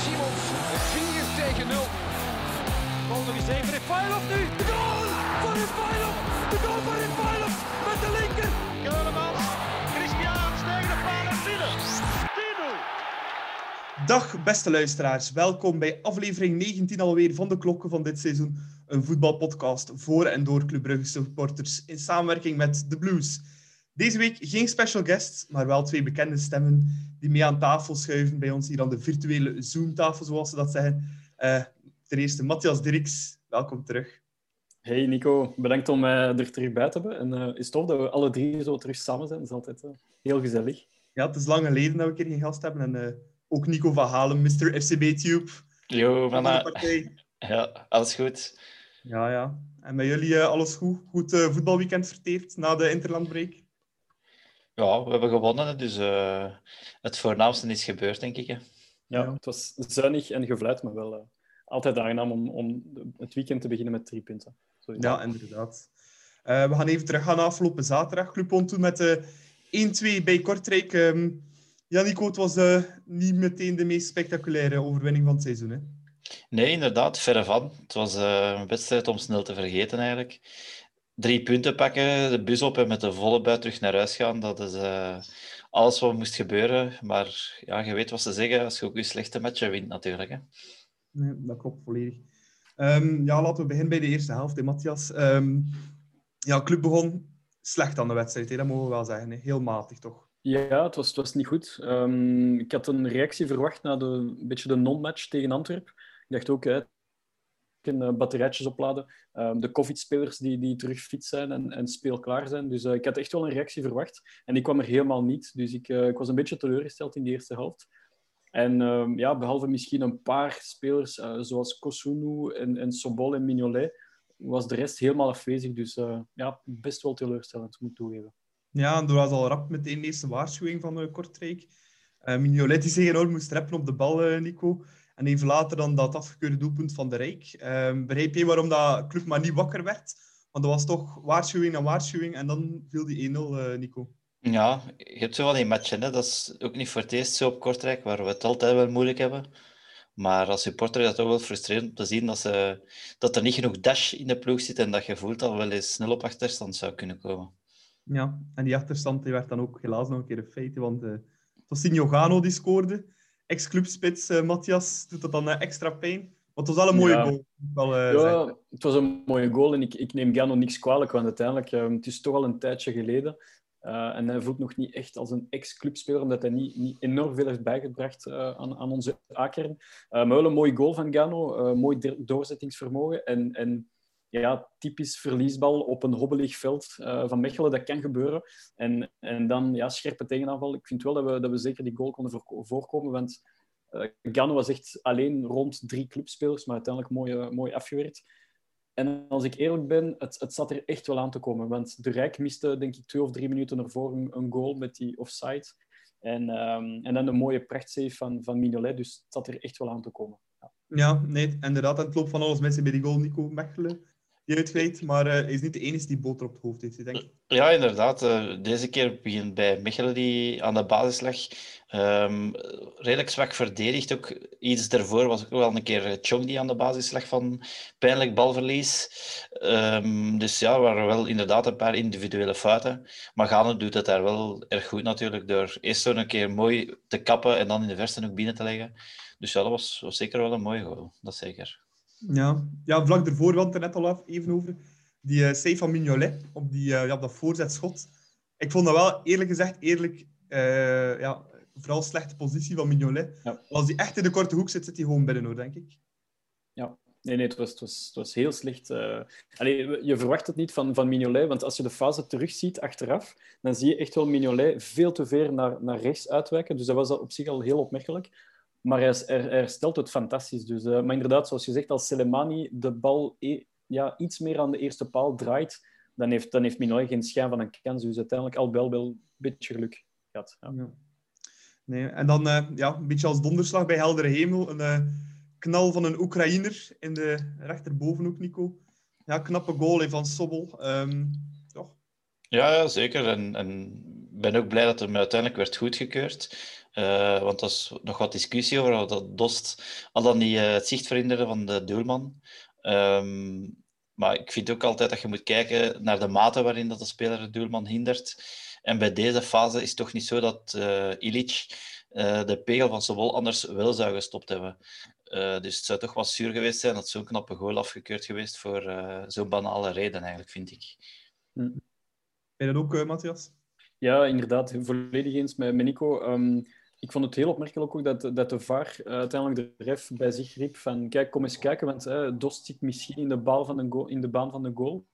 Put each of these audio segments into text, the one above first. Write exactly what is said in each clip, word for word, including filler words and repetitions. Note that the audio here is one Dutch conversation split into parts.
Simons, vier tegen nul. Bal nog eens even, Refailov nu. De goal van Refailov. De goal van Refailov met de linker. Keulemans, Christiaans tegen de paal en binnen. tien nul. Dag beste luisteraars, welkom bij aflevering negentien alweer van de Klokken van dit seizoen. Een voetbalpodcast voor en door Club Brugge supporters in samenwerking met de Blues. Deze week geen special guests, maar wel twee bekende stemmen die mee aan tafel schuiven bij ons hier aan de virtuele Zoom-tafel, zoals ze dat zeggen. Uh, ten eerste Matthias Dirks, welkom terug. Hey Nico, bedankt om mij er terug bij te hebben. En uh, is tof dat we alle drie zo terug samen zijn. Dat is altijd uh, heel gezellig. Ja, het is lang geleden dat we een keer geen gast hebben. En uh, ook Nico van Halen, mister F C B Tube. Yo, van de partij. Ja, alles goed. Ja, ja. En bij jullie uh, alles goed? Goed uh, voetbalweekend verteerd na de interlandbreak? Ja, we hebben gewonnen, dus uh, het voornaamste is gebeurd, denk ik. Hè. Ja, ja, het was zuinig en gevluid, maar wel uh, altijd aangenaam om, om het weekend te beginnen met drie punten. Sowieso. Ja, inderdaad. Uh, we gaan even terug gaan naar afgelopen zaterdag. Club won toen met uh, één twee bij Kortrijk. Um, ja, Nico, het was uh, niet meteen de meest spectaculaire overwinning van het seizoen, hè? Nee, inderdaad, verre van. Het was uh, een wedstrijd om snel te vergeten, eigenlijk. Drie punten pakken, de bus op en met de volle buit terug naar huis gaan. Dat is uh, alles wat moest gebeuren. Maar ja, je weet wat ze zeggen als je ook je slechte matchen wint, natuurlijk. Hè. Nee, dat klopt volledig. Um, ja, laten we beginnen bij de eerste helft, hè, Matthias. Um, ja, club begon slecht aan de wedstrijd, hè, dat mogen we wel zeggen. Hè. Heel matig, toch? Ja, het was, het was niet goed. Um, ik had een reactie verwacht na de, een beetje de non-match tegen Antwerpen. Ik dacht ook, hè, batterijtjes opladen. Um, de COVID-spelers die, die terug fit zijn en, en speelklaar zijn. Dus uh, ik had echt wel een reactie verwacht. En die kwam er helemaal niet. Dus ik, uh, ik was een beetje teleurgesteld in de eerste helft. En um, ja, behalve misschien een paar spelers, uh, zoals Kosunu en, en Sobol en Mignolet, was de rest helemaal afwezig. Dus uh, ja, best wel teleurstellend, moet ik toegeven. Ja, en er was al rap meteen de eerste waarschuwing van uh, Kortrijk. Uh, Mignolet die zich enorm moest reppen op de bal, uh, Nico. En even later dan dat afgekeurde doelpunt van de Rijk. Um, begrijp je waarom dat club maar niet wakker werd? Want dat was toch waarschuwing na waarschuwing en dan viel die één nul, uh, Nico. Ja, je hebt zo van die matchen. Hè? Dat is ook niet voor het eerst zo op Kortrijk, waar we het altijd wel moeilijk hebben. Maar als supporter is dat toch wel frustrerend om te zien dat, ze, dat er niet genoeg dash in de ploeg zit en dat je voelt dat we wel eens snel op achterstand zou kunnen komen. Ja, en die achterstand die werd dan ook helaas nog een keer een feit. Want uh, het was Sinjo Gano die scoorde. Ex-clubspits uh, Matthias doet dat dan uh, extra pijn. Want het was wel een mooie ja. goal. Wel, uh, ja, zeggen. Het was een mooie goal en ik, ik neem Gano niks kwalijk, want uiteindelijk, uh, het is toch al een tijdje geleden. Uh, en hij voelt nog niet echt als een ex-clubspeler, omdat hij niet, niet enorm veel heeft bijgebracht uh, aan, aan onze A-kern. Uh, maar wel een mooie goal van Gano, uh, mooi de- doorzettingsvermogen en, en ja, typisch verliesbal op een hobbelig veld uh, van Mechelen, dat kan gebeuren. En, en dan ja, scherpe tegenaanval. Ik vind wel dat we, dat we zeker die goal konden voorko- voorkomen, want uh, Gano was echt alleen rond drie clubspelers, maar uiteindelijk mooi, uh, mooi afgewerkt. En als ik eerlijk ben, het, het zat er echt wel aan te komen. Want de Rijk miste, denk ik, twee of drie minuten ervoor een, een goal met die offside. En, um, en dan een mooie prachtsave van, van Mignolet. Dus het zat er echt wel aan te komen. Ja, ja nee, inderdaad. En het loopt van alles mensen bij die goal, Nico Mechelen, die uitglijdt. Maar uh, hij is niet de enige die boter op het hoofd heeft, denk ik. Ja, inderdaad. Uh, deze keer begint bij Mechelen die aan de basis lag. Um, redelijk zwak verdedigd. Ook iets daarvoor was ook wel een keer Chong die aan de basis lag van pijnlijk balverlies. Um, dus ja, er waren wel inderdaad een paar individuele fouten. Maar Gane doet het daar wel erg goed natuurlijk. Door eerst zo een keer mooi te kappen en dan in de verste ook binnen te leggen. Dus ja, dat was, was zeker wel een mooie goal. Dat zeker. Ja, ja, vlak ervoor, we hadden het er net al af, even over. Die uh, save van Mignolet op, die, uh, ja, op dat voorzetschot. Ik vond dat wel, eerlijk gezegd, eerlijk... Uh, ja, vooral slechte positie van Mignolet. Ja. Als hij echt in de korte hoek zit, zit hij gewoon binnen, hoor, denk ik. Ja, nee, nee het, was, het, was, het was heel slecht. Uh... Allee, je verwacht het niet van, van Mignolet, want als je de fase terugziet achteraf, dan zie je echt wel Mignolet veel te ver naar, naar rechts uitwijken. Dus dat was op zich al heel opmerkelijk. Maar hij, hij, hij herstelt het fantastisch. Dus, uh, maar inderdaad, zoals je zegt, als Selemani de bal e- ja, iets meer aan de eerste paal draait, dan heeft, dan heeft Mignolet geen schijn van een kans. Dus uiteindelijk al wel wel een beetje geluk gehad. Ja. Ja. Nee, en dan uh, ja, een beetje als donderslag bij heldere hemel. Een uh, knal van een Oekraïner in de rechterbovenhoek, Nico. Ja, knappe goal hè, van Sobol. Um, toch? Ja, ja, zeker. En, en ik ben ook blij dat het uiteindelijk werd goedgekeurd. Uh, want er was nog wat discussie over dat Dost al dan niet uh, het zicht verhinderde van de doelman. Um, maar ik vind ook altijd dat je moet kijken naar de mate waarin dat de speler de doelman hindert. En bij deze fase is het toch niet zo dat uh, Ilić uh, de pegel van Sobol anders wel zou gestopt hebben. Uh, dus het zou toch wel zuur geweest zijn dat zo'n knappe goal afgekeurd geweest voor uh, zo'n banale reden, eigenlijk, vind ik. Ben je dat ook, uh, Matthias? Ja, inderdaad. Volledig eens met, met Nico. Um, ik vond het heel opmerkelijk ook dat, dat de V A R uh, uiteindelijk de ref bij zich riep van kijk, kom eens kijken, want uh, Dost zit misschien in de, bal van de goal, in de baan van de goal.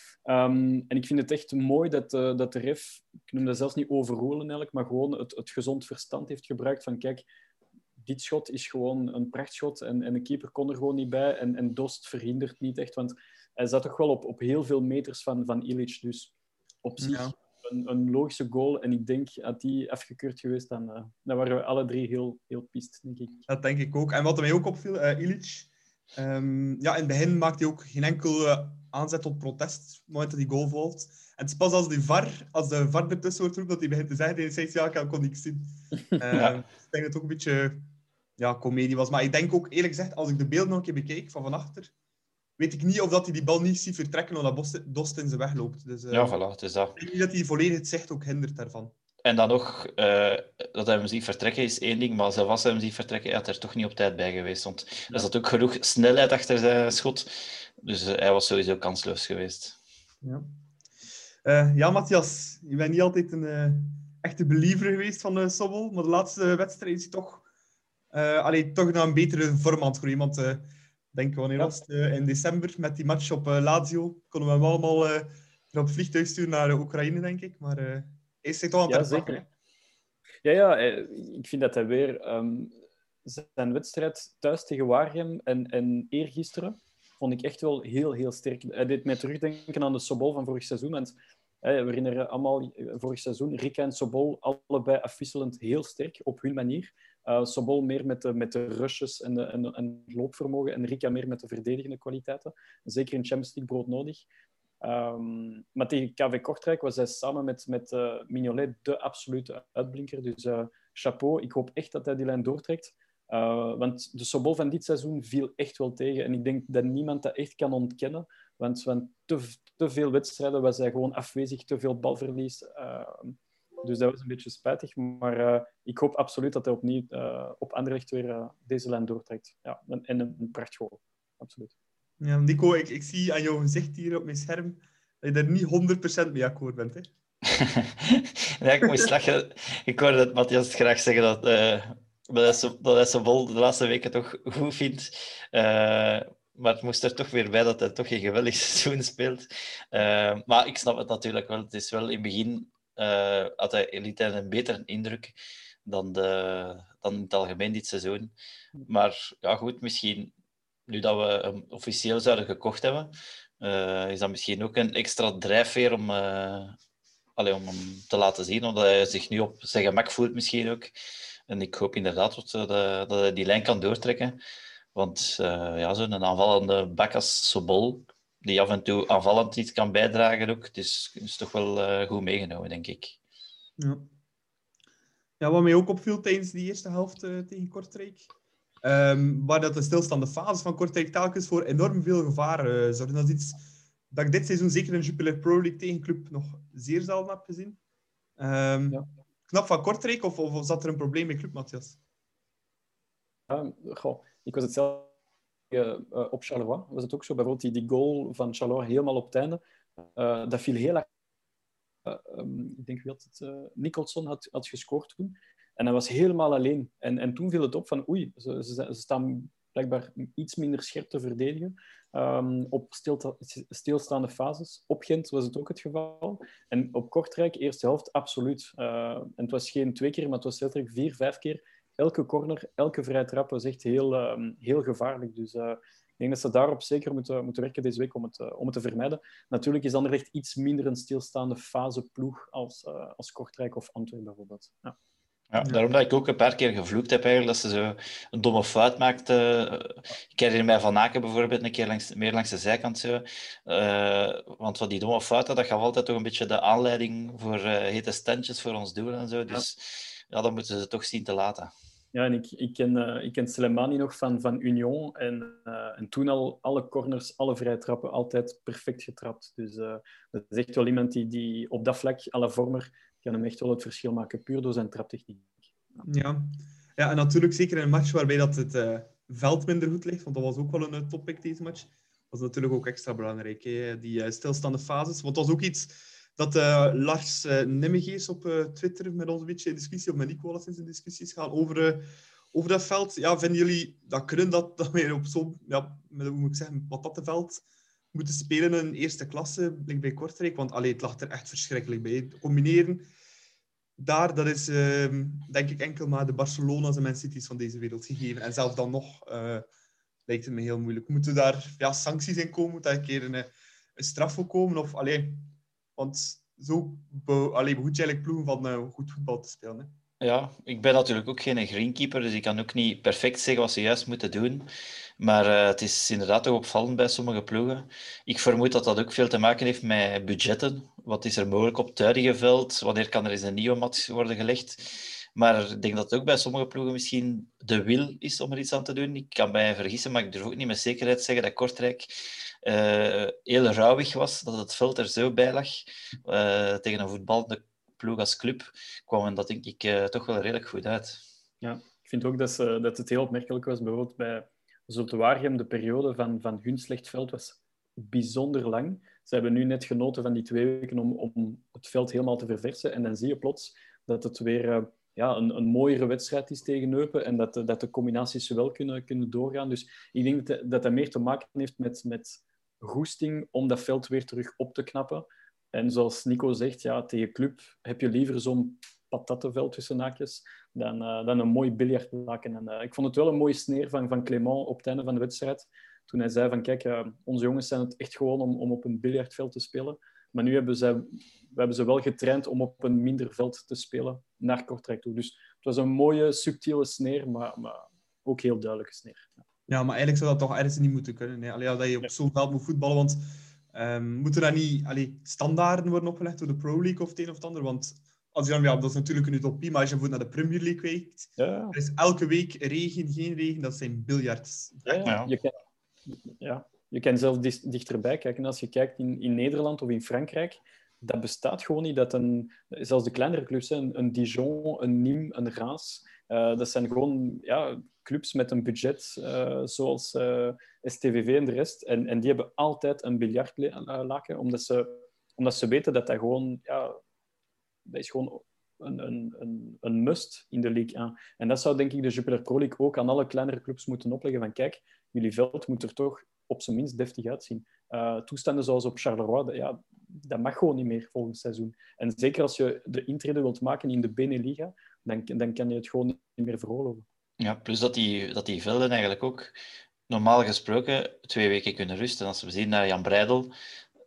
Um, en ik vind het echt mooi dat, uh, dat de ref, ik noem dat zelfs niet overroelen eigenlijk, maar gewoon het, het gezond verstand heeft gebruikt van kijk, dit schot is gewoon een prachtschot en, en de keeper kon er gewoon niet bij en, en Dost verhindert niet echt, want hij zat toch wel op, op heel veel meters van, van Ilić, dus op zich ja. een, een logische goal en ik denk, had die afgekeurd geweest, dan, uh, dan waren we alle drie heel, heel pist, denk ik. Dat denk ik ook. En wat mij ook opviel, uh, Ilić, um, ja, in het begin maakte hij ook geen enkel uh, aanzet tot protest op het moment dat die goal volgt. En het is pas als, die V A R, als de V A R ertussen wordt roept dat hij begint te zeggen, hij zegt ja, ik kon niks zien. Uh, ja. Ik denk dat het ook een beetje ja, comedie was. Maar ik denk ook, eerlijk gezegd, als ik de beelden nog een keer bekeek van van achter, weet ik niet of dat hij die bal niet ziet vertrekken omdat Dost in zijn weg loopt. Dus, uh, ja, voilà, het is dat. Ik denk niet dat hij volledig het zicht ook hindert daarvan. En dan nog, uh, dat hij hem ziet vertrekken is één ding, maar zelfs als hij hem ziet vertrekken, hij had er toch niet op tijd bij geweest. Want er zat ook genoeg snelheid achter zijn schot. Dus uh, hij was sowieso kansloos geweest. Ja, uh, ja Matthias, je bent niet altijd een uh, echte believer geweest van uh, Sobol, maar de laatste wedstrijd is hij toch, uh, allee, toch naar een betere vorm aan het groeien. Want uh, denk wanneer was het? Uh, in december met die match op uh, Lazio konden we hem allemaal uh, op het vliegtuig sturen naar uh, Oekraïne, denk ik. Maar uh, hij is zich toch aan het ja, zeker. Ja, ja, ik vind dat hij weer um, zijn wedstrijd thuis tegen Waregem en, en eergisteren vond ik echt wel heel, heel sterk. Hij deed mij terugdenken aan de Sobol van vorig seizoen. Want hè, we herinneren allemaal vorig seizoen, Rica en Sobol allebei afwisselend heel sterk op hun manier. Uh, Sobol meer met de, met de rushes en, de, en, de, en het loopvermogen en Rica meer met de verdedigende kwaliteiten. Zeker in Champions League broodnodig. Um, maar tegen K V Kortrijk was hij samen met, met uh, Mignolet de absolute uitblinker. Dus uh, chapeau. Ik hoop echt dat hij die lijn doortrekt. Uh, want de Sobol van dit seizoen viel echt wel tegen. En ik denk dat niemand dat echt kan ontkennen. Want, want te, te veel wedstrijden was hij gewoon afwezig. Te veel balverlies. Uh, dus dat was een beetje spijtig. Maar uh, ik hoop absoluut dat hij opnieuw uh, op Anderlecht weer uh, deze lijn doortrekt. Ja, en, en een prachtgoal. Absoluut. Ja, Nico, ik, ik zie aan jouw gezicht hier op mijn scherm dat je er niet honderd procent mee akkoord bent. Hè? Ja, ik moest lachen. Ik hoorde dat Matthias graag zeggen dat, uh, dat hij Sobol de laatste weken toch goed vindt. Uh, maar het moest er toch weer bij dat hij toch geen geweldig seizoen speelt. Uh, maar ik snap het natuurlijk wel. Het is wel in het begin uh, had hij, liet hij een betere indruk dan, de, dan in het algemeen dit seizoen. Maar ja, goed, misschien nu dat we hem officieel zouden gekocht hebben, uh, is dat misschien ook een extra drijfveer om, uh, allez, om hem te laten zien, omdat hij zich nu op zijn gemak voelt misschien ook. En ik hoop inderdaad dat, uh, dat hij die lijn kan doortrekken. Want uh, ja, zo'n aanvallende bak als Sobol, die af en toe aanvallend iets kan bijdragen ook, het is, is toch wel uh, goed meegenomen, denk ik. Ja. Ja, wat mij ook opviel tijdens die eerste helft uh, tegen Kortrijk, Um, waar dat de stilstaande fase van Kortrijk telkens voor enorm veel gevaar uh, zorgen. Dat is iets dat ik dit seizoen zeker in de Jupiler Pro League tegenclub nog zeer zelden heb gezien. Um, ja. Knap van Kortrijk, of, of, of zat er een probleem met club, Matthias? Ja, goh, ik was het zelf uh, op Charleroi. Was het ook zo? Bijvoorbeeld die, die goal van Charleroi helemaal op het einde. Uh, dat viel heel erg. Uh, um, ik denk wie had het. Uh, Nicholson had, had gescoord toen. En hij was helemaal alleen. En, en toen viel het op van oei, ze, ze, ze staan blijkbaar iets minder scherp te verdedigen. Um, op stilta, stilstaande fases. Op Gent was het ook het geval. En op Kortrijk, eerste helft, absoluut. Uh, en het was geen twee keer, maar het was letterlijk vier, vijf keer. Elke corner, elke vrije trap was echt heel, um, heel gevaarlijk. Dus uh, ik denk dat ze daarop zeker moeten, moeten werken deze week om het, uh, om het te vermijden. Natuurlijk is Anderlecht iets minder een stilstaande faseploeg als, uh, als Kortrijk of Antwerpen bijvoorbeeld. Ja. Ja, daarom dat ik ook een paar keer gevloekt heb eigenlijk, dat ze zo een domme fout maakte. Ik herinner mij Van Aken bijvoorbeeld een keer langs, meer langs de zijkant. Zo. Uh, want van die domme fouten, dat gaf altijd toch een beetje de aanleiding voor uh, hete standjes voor ons doel en zo. Dus ja, dan moeten ze het toch zien te laten. Ja, en ik, ik, ken, uh, ik ken Slimani nog van, van Union. En, uh, en toen al alle corners, alle vrije trappen, altijd perfect getrapt. Dus uh, dat is echt wel iemand die, die op dat vlak, à la Vormer, kan hem echt wel het verschil maken, puur door zijn traptechniek. Ja. Ja, en natuurlijk zeker in een match waarbij dat het uh, veld minder goed ligt, want dat was ook wel een uh, topic deze match, was natuurlijk ook extra belangrijk, hè? Die uh, stilstaande fases. Want dat was ook iets dat uh, Lars uh, Nimmigeers op uh, Twitter met ons een beetje in discussie, of met Nico al eens in discussies gaan over, uh, over dat veld. Ja, vinden jullie dat kunnen dat, dat weer op zo'n, ja, met, hoe moet ik zeggen, patattenveld moeten spelen in eerste klasse, bij Kortrijk? Want allee, het lag er echt verschrikkelijk bij. Combineren daar, dat is uh, denk ik enkel maar de Barcelona's en Man City's van deze wereld gegeven. En zelfs dan nog uh, lijkt het me heel moeilijk. Moeten daar ja, sancties in komen? Moet daar een keer een, een straf voor komen? Of, allee, want zo be, allee, behoed je eigenlijk ploegen van uh, goed voetbal te spelen. Hè? Ja, ik ben natuurlijk ook geen greenkeeper, dus ik kan ook niet perfect zeggen wat ze juist moeten doen. Maar uh, het is inderdaad toch opvallend bij sommige ploegen. Ik vermoed dat dat ook veel te maken heeft met budgetten. Wat is er mogelijk op het huidige veld? Wanneer kan er eens een nieuwe mat worden gelegd? Maar ik denk dat het ook bij sommige ploegen misschien de wil is om er iets aan te doen. Ik kan mij vergissen, maar ik durf ook niet met zekerheid zeggen dat Kortrijk uh, heel rauwig was, dat het veld er zo bij lag. Uh, tegen een voetballende ploeg als club kwam en dat denk ik uh, toch wel redelijk goed uit. Ja, ik vind ook dat, ze, dat het heel opmerkelijk was, bijvoorbeeld bij Zulte Waregem, de periode van, van hun slecht veld was bijzonder lang. Ze hebben nu net genoten van die twee weken om, om het veld helemaal te verversen en dan zie je plots dat het weer uh, ja, een, een mooiere wedstrijd is tegen Eupen en dat de, dat de combinaties wel kunnen, kunnen doorgaan. Dus ik denk dat dat, dat meer te maken heeft met, met goesting om dat veld weer terug op te knappen. En zoals Nico zegt, ja, tegen club heb je liever zo'n patattenveld tussen haakjes dan, uh, dan een mooi biljartlaken. En uh, ik vond het wel een mooie sneer van, van Clément op het einde van de wedstrijd. Toen hij zei van, kijk, uh, onze jongens zijn het echt gewoon om, om op een biljartveld te spelen. Maar nu hebben ze, we hebben ze wel getraind om op een minder veld te spelen naar Kortrijk toe. Dus het was een mooie, subtiele sneer, maar, maar ook heel duidelijke sneer. Ja. Ja, maar eigenlijk zou dat toch ergens niet moeten kunnen. Hè? Allee, dat je op ja. zo'n veld moet voetballen, want um, moeten daar niet allee, standaarden worden opgelegd door de Pro League of het een of het ander? Want als je dan, ja, dat is natuurlijk een utopie, maar als je naar de Premier League kijkt, ja. er is elke week regen, geen regen, dat zijn biljarts. Ja, ja. Je kan, ja, je kan zelfs dichterbij kijken. Als je kijkt in, in Nederland of in Frankrijk, dat bestaat gewoon niet. Dat een, zelfs de kleinere clubs, een, een Dijon, een Nîmes, een Reims, uh, dat zijn gewoon ja, clubs met een budget uh, zoals uh, S T V V en de rest. En, en die hebben altijd een biljartlaken, omdat ze, omdat ze weten dat dat gewoon... Ja, dat is gewoon een, een, een, een must in de League één. En dat zou denk ik de Jupiler Pro League ook aan alle kleinere clubs moeten opleggen. Van kijk, jullie veld moet er toch op zijn minst deftig uitzien. Uh, toestanden zoals op Charleroi, dat, ja, dat mag gewoon niet meer volgend seizoen. En zeker als je de intrede wilt maken in de Beneliga, dan, dan kan je het gewoon niet meer veroorloven. Ja, plus dat die, dat die velden eigenlijk ook normaal gesproken twee weken kunnen rusten. Als we zien naar Jan Breidel, uh,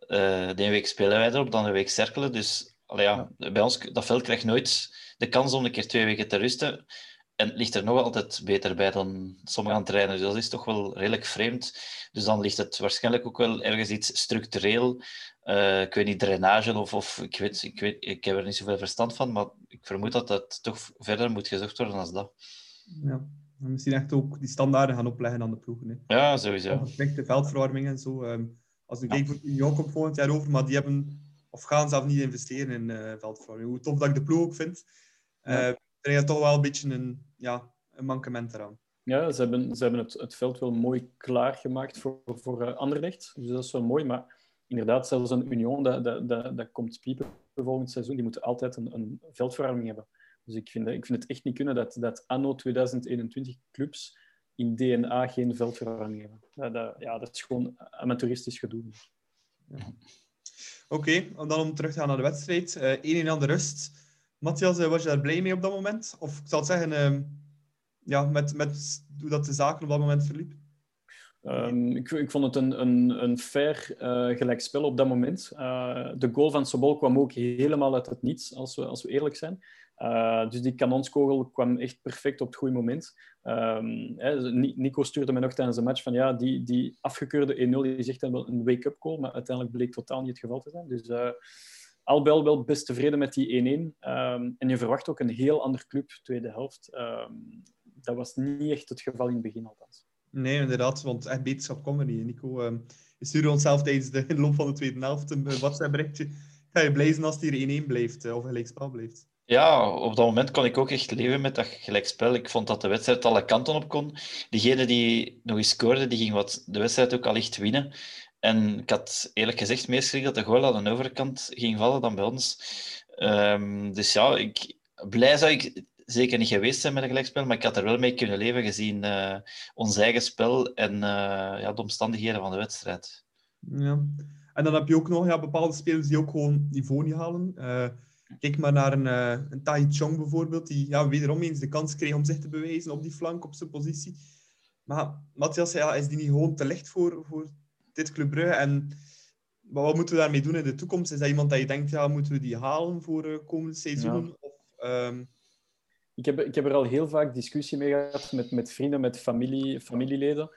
de ene week spelen wij erop, dan de week cirkelen. Dus allee, ja, ja. bij ons, dat veld krijgt nooit de kans om een keer twee weken te rusten. En het ligt er nog altijd beter bij dan sommige aan trainen. Dus dat is toch wel redelijk vreemd. Dus dan ligt het waarschijnlijk ook wel ergens iets structureel. Uh, ik weet niet, drainage of... of ik, weet, ik, weet, ik heb er niet zoveel verstand van, maar ik vermoed dat dat toch verder moet gezocht worden dan dat. Ja, en misschien echt ook die standaarden gaan opleggen aan de ploegen. Hè. Ja, sowieso. Verplichte veldverwarming en zo. Um, als nu ja. kijkt voor Union komt volgend jaar over, maar die hebben... Of gaan zelf niet investeren in uh, veldverwarming. Hoe tof dat ik de ploeg ook vind. Uh, ja. Er is toch wel een beetje een, ja, een mankement eraan. Ja, ze hebben, ze hebben het, het veld wel mooi klaargemaakt voor, voor uh, Anderlecht. Dus dat is wel mooi. Maar inderdaad, zelfs een Union, dat, dat, dat, dat komt piepen volgend seizoen. Die moeten altijd een, een veldverwarming hebben. Dus ik vind, ik vind het echt niet kunnen dat, dat anno tweeduizend eenentwintig clubs in D N A geen veldverwarming hebben. Dat, dat, ja, dat is gewoon amateuristisch gedoe. Ja. Oké, okay, dan om terug te gaan naar de wedstrijd. Uh, één een aan de rust. Matthias, uh, was je daar blij mee op dat moment? Of ik zal het zeggen, uh, ja, met, met hoe dat de zaken op dat moment verliep? Um, ik, ik vond het een, een, een fair uh, gelijkspel op dat moment. Uh, de goal van Sobol kwam ook helemaal uit het niets, als we, als we eerlijk zijn. Uh, dus die kanonskogel kwam echt perfect op het goede moment. Um, hè, Nico stuurde me nog tijdens de match van ja, die, die afgekeurde één nul is echt wel een wake-up call, maar uiteindelijk bleek totaal niet het geval te zijn. Dus uh, al wel, wel best tevreden met die één-één. Um, en je verwacht ook een heel ander club, tweede helft. Um, dat was niet echt het geval in het begin althans. Nee, inderdaad, want echt beterschap kwam er niet. Nico, um, we sturen onszelf tijdens de inloop van de tweede helft een WhatsApp-berichtje. Ga je blij zijn als het hier één-één blijft, uh, of gelijkspel blijft? Ja, op dat moment kon ik ook echt leven met dat gelijkspel. Ik vond dat de wedstrijd alle kanten op kon. Diegene die nog eens scoorde, die ging wat de wedstrijd ook allicht winnen. En ik had eerlijk gezegd meer schrik dat de goal aan de overkant ging vallen dan bij ons. Um, dus ja, ik, blij zou ik zeker niet geweest zijn met een gelijkspel, maar ik had er wel mee kunnen leven gezien uh, ons eigen spel en uh, ja, de omstandigheden van de wedstrijd. Ja. En dan heb je ook nog ja, bepaalde spelers die ook gewoon niveau niet halen. Uh, kijk maar naar een, uh, een Tai Chong bijvoorbeeld, die ja, wederom eens de kans kreeg om zich te bewijzen op die flank, op zijn positie. Maar Matthias, ja, is die niet gewoon te licht voor, voor dit Club Brugge? En wat moeten we daarmee doen in de toekomst? Is dat iemand dat je denkt, ja, moeten we die halen voor uh, komende seizoen? Ja. Of, um... ik, heb, ik heb er al heel vaak discussie mee gehad met, met vrienden, met familie, familieleden.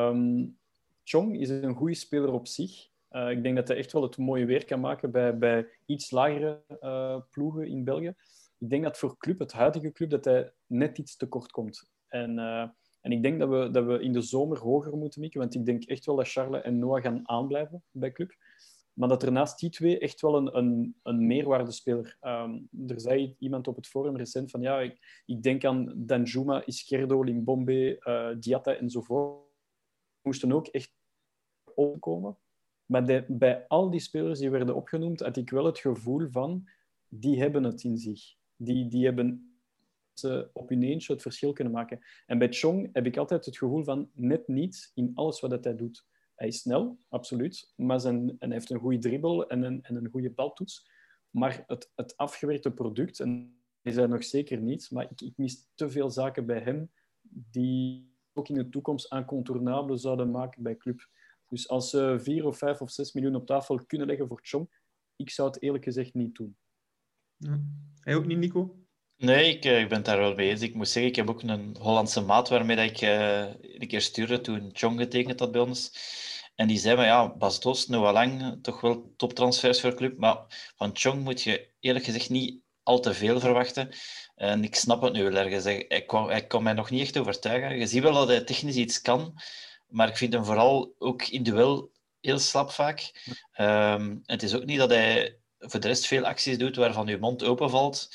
Um, Chong is een goede speler op zich. Uh, ik denk dat hij echt wel het mooie weer kan maken bij, bij iets lagere uh, ploegen in België. Ik denk dat voor club, het huidige club, dat hij net iets tekort komt. En, uh, en ik denk dat we, dat we in de zomer hoger moeten mikken, want ik denk echt wel dat Charles en Noah gaan aanblijven bij club. Maar dat er naast die twee echt wel een, een, een meerwaardespeler... Um, er zei iemand op het forum recent van ja, ik, ik denk aan Danjuma, Izquierdo, Limbombe, uh, Diatta enzovoort. Moesten ook echt opkomen. Maar de, bij al die spelers die werden opgenoemd, had ik wel het gevoel van, die hebben het in zich. Die, die hebben ze op hun eentje het verschil kunnen maken. En bij Chong heb ik altijd het gevoel van, net niet in alles wat hij doet. Hij is snel, absoluut, maar zijn, en hij heeft een goede dribbel en een, en een goede baltoets. Maar het, het afgewerkte product, en die zijn nog zeker niet, maar ik, ik mis te veel zaken bij hem die ook in de toekomst incontournabel zouden maken bij club. Dus als ze vier of vijf of zes miljoen op tafel kunnen leggen voor Chong, ik zou het eerlijk gezegd niet doen. Ja. Hij ook niet, Nico? Nee, ik, ik ben het daar wel mee eens. Ik moet zeggen, ik heb ook een Hollandse maat waarmee dat ik uh, een keer stuurde toen Chong getekend had bij ons. En die zei me, ja, Bas Dost, Noah Lang, toch wel toptransfers voor club. Maar van Chong moet je eerlijk gezegd niet al te veel verwachten. En ik snap het nu wel ergens. Hij, hij, kwam, hij kon mij nog niet echt overtuigen. Je ziet wel dat hij technisch iets kan. Maar ik vind hem vooral ook in duel heel slap vaak. Um, het is ook niet dat hij voor de rest veel acties doet waarvan je mond openvalt.